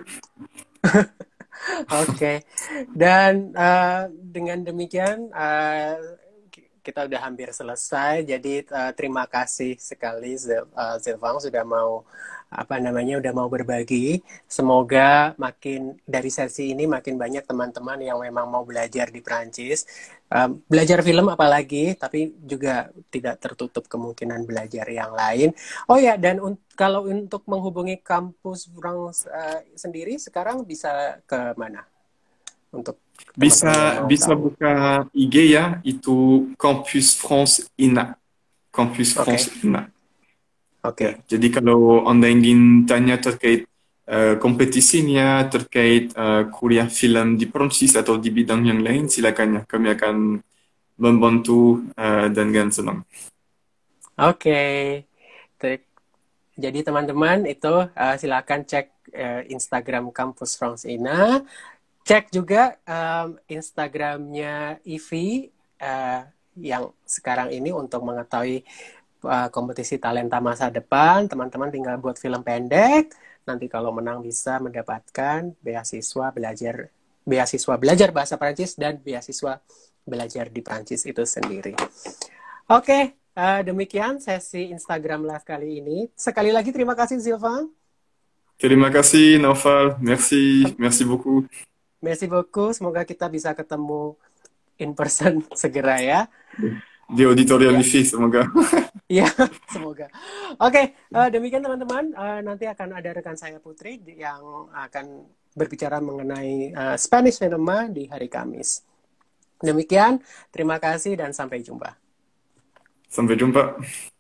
A: oke. Dan dengan demikian kita udah hampir selesai. Jadi terima kasih sekali Zilvang sudah mau udah mau berbagi. Semoga makin dari sesi ini makin banyak teman-teman yang memang mau belajar di Perancis. Belajar film apalagi, tapi juga tidak tertutup kemungkinan belajar yang lain. Oh ya, dan kalau untuk menghubungi kampus France sendiri sekarang bisa ke mana? Untuk teman-teman yang mau
B: Bisa
A: tahu.
B: buka IG ya, itu Campus France INA. Campus France
A: Oke,
B: INA. Ya,
A: oke.
B: jadi kalau Anda ingin tanya terkait kompetisinya, terkait kuliah film di Prancis atau di bidang yang lain, silakan ya. Kami akan membantu dan dengan senang.
A: Oke. Jadi teman-teman itu silakan cek Instagram Kampus France INA. Cek juga Instagramnya Ivi yang sekarang ini untuk mengetahui kompetisi talenta masa depan. Teman-teman tinggal buat film pendek. Nanti kalau menang bisa mendapatkan beasiswa belajar bahasa Prancis dan beasiswa belajar di Prancis itu sendiri. Oke, demikian sesi Instagram Live kali ini. Sekali lagi terima kasih Zilvan.
B: Terima kasih, Naufal. Merci, merci beaucoup.
A: Merci beaucoup. Semoga kita bisa ketemu in person segera ya.
B: Di auditorium
A: Ya,
B: IFI, semoga.
A: ya, semoga. Oke, demikian teman-teman. Nanti akan ada rekan saya Putri yang akan berbicara mengenai Spanish Cinema di hari Kamis. Demikian, terima kasih dan sampai jumpa.
B: Sampai jumpa.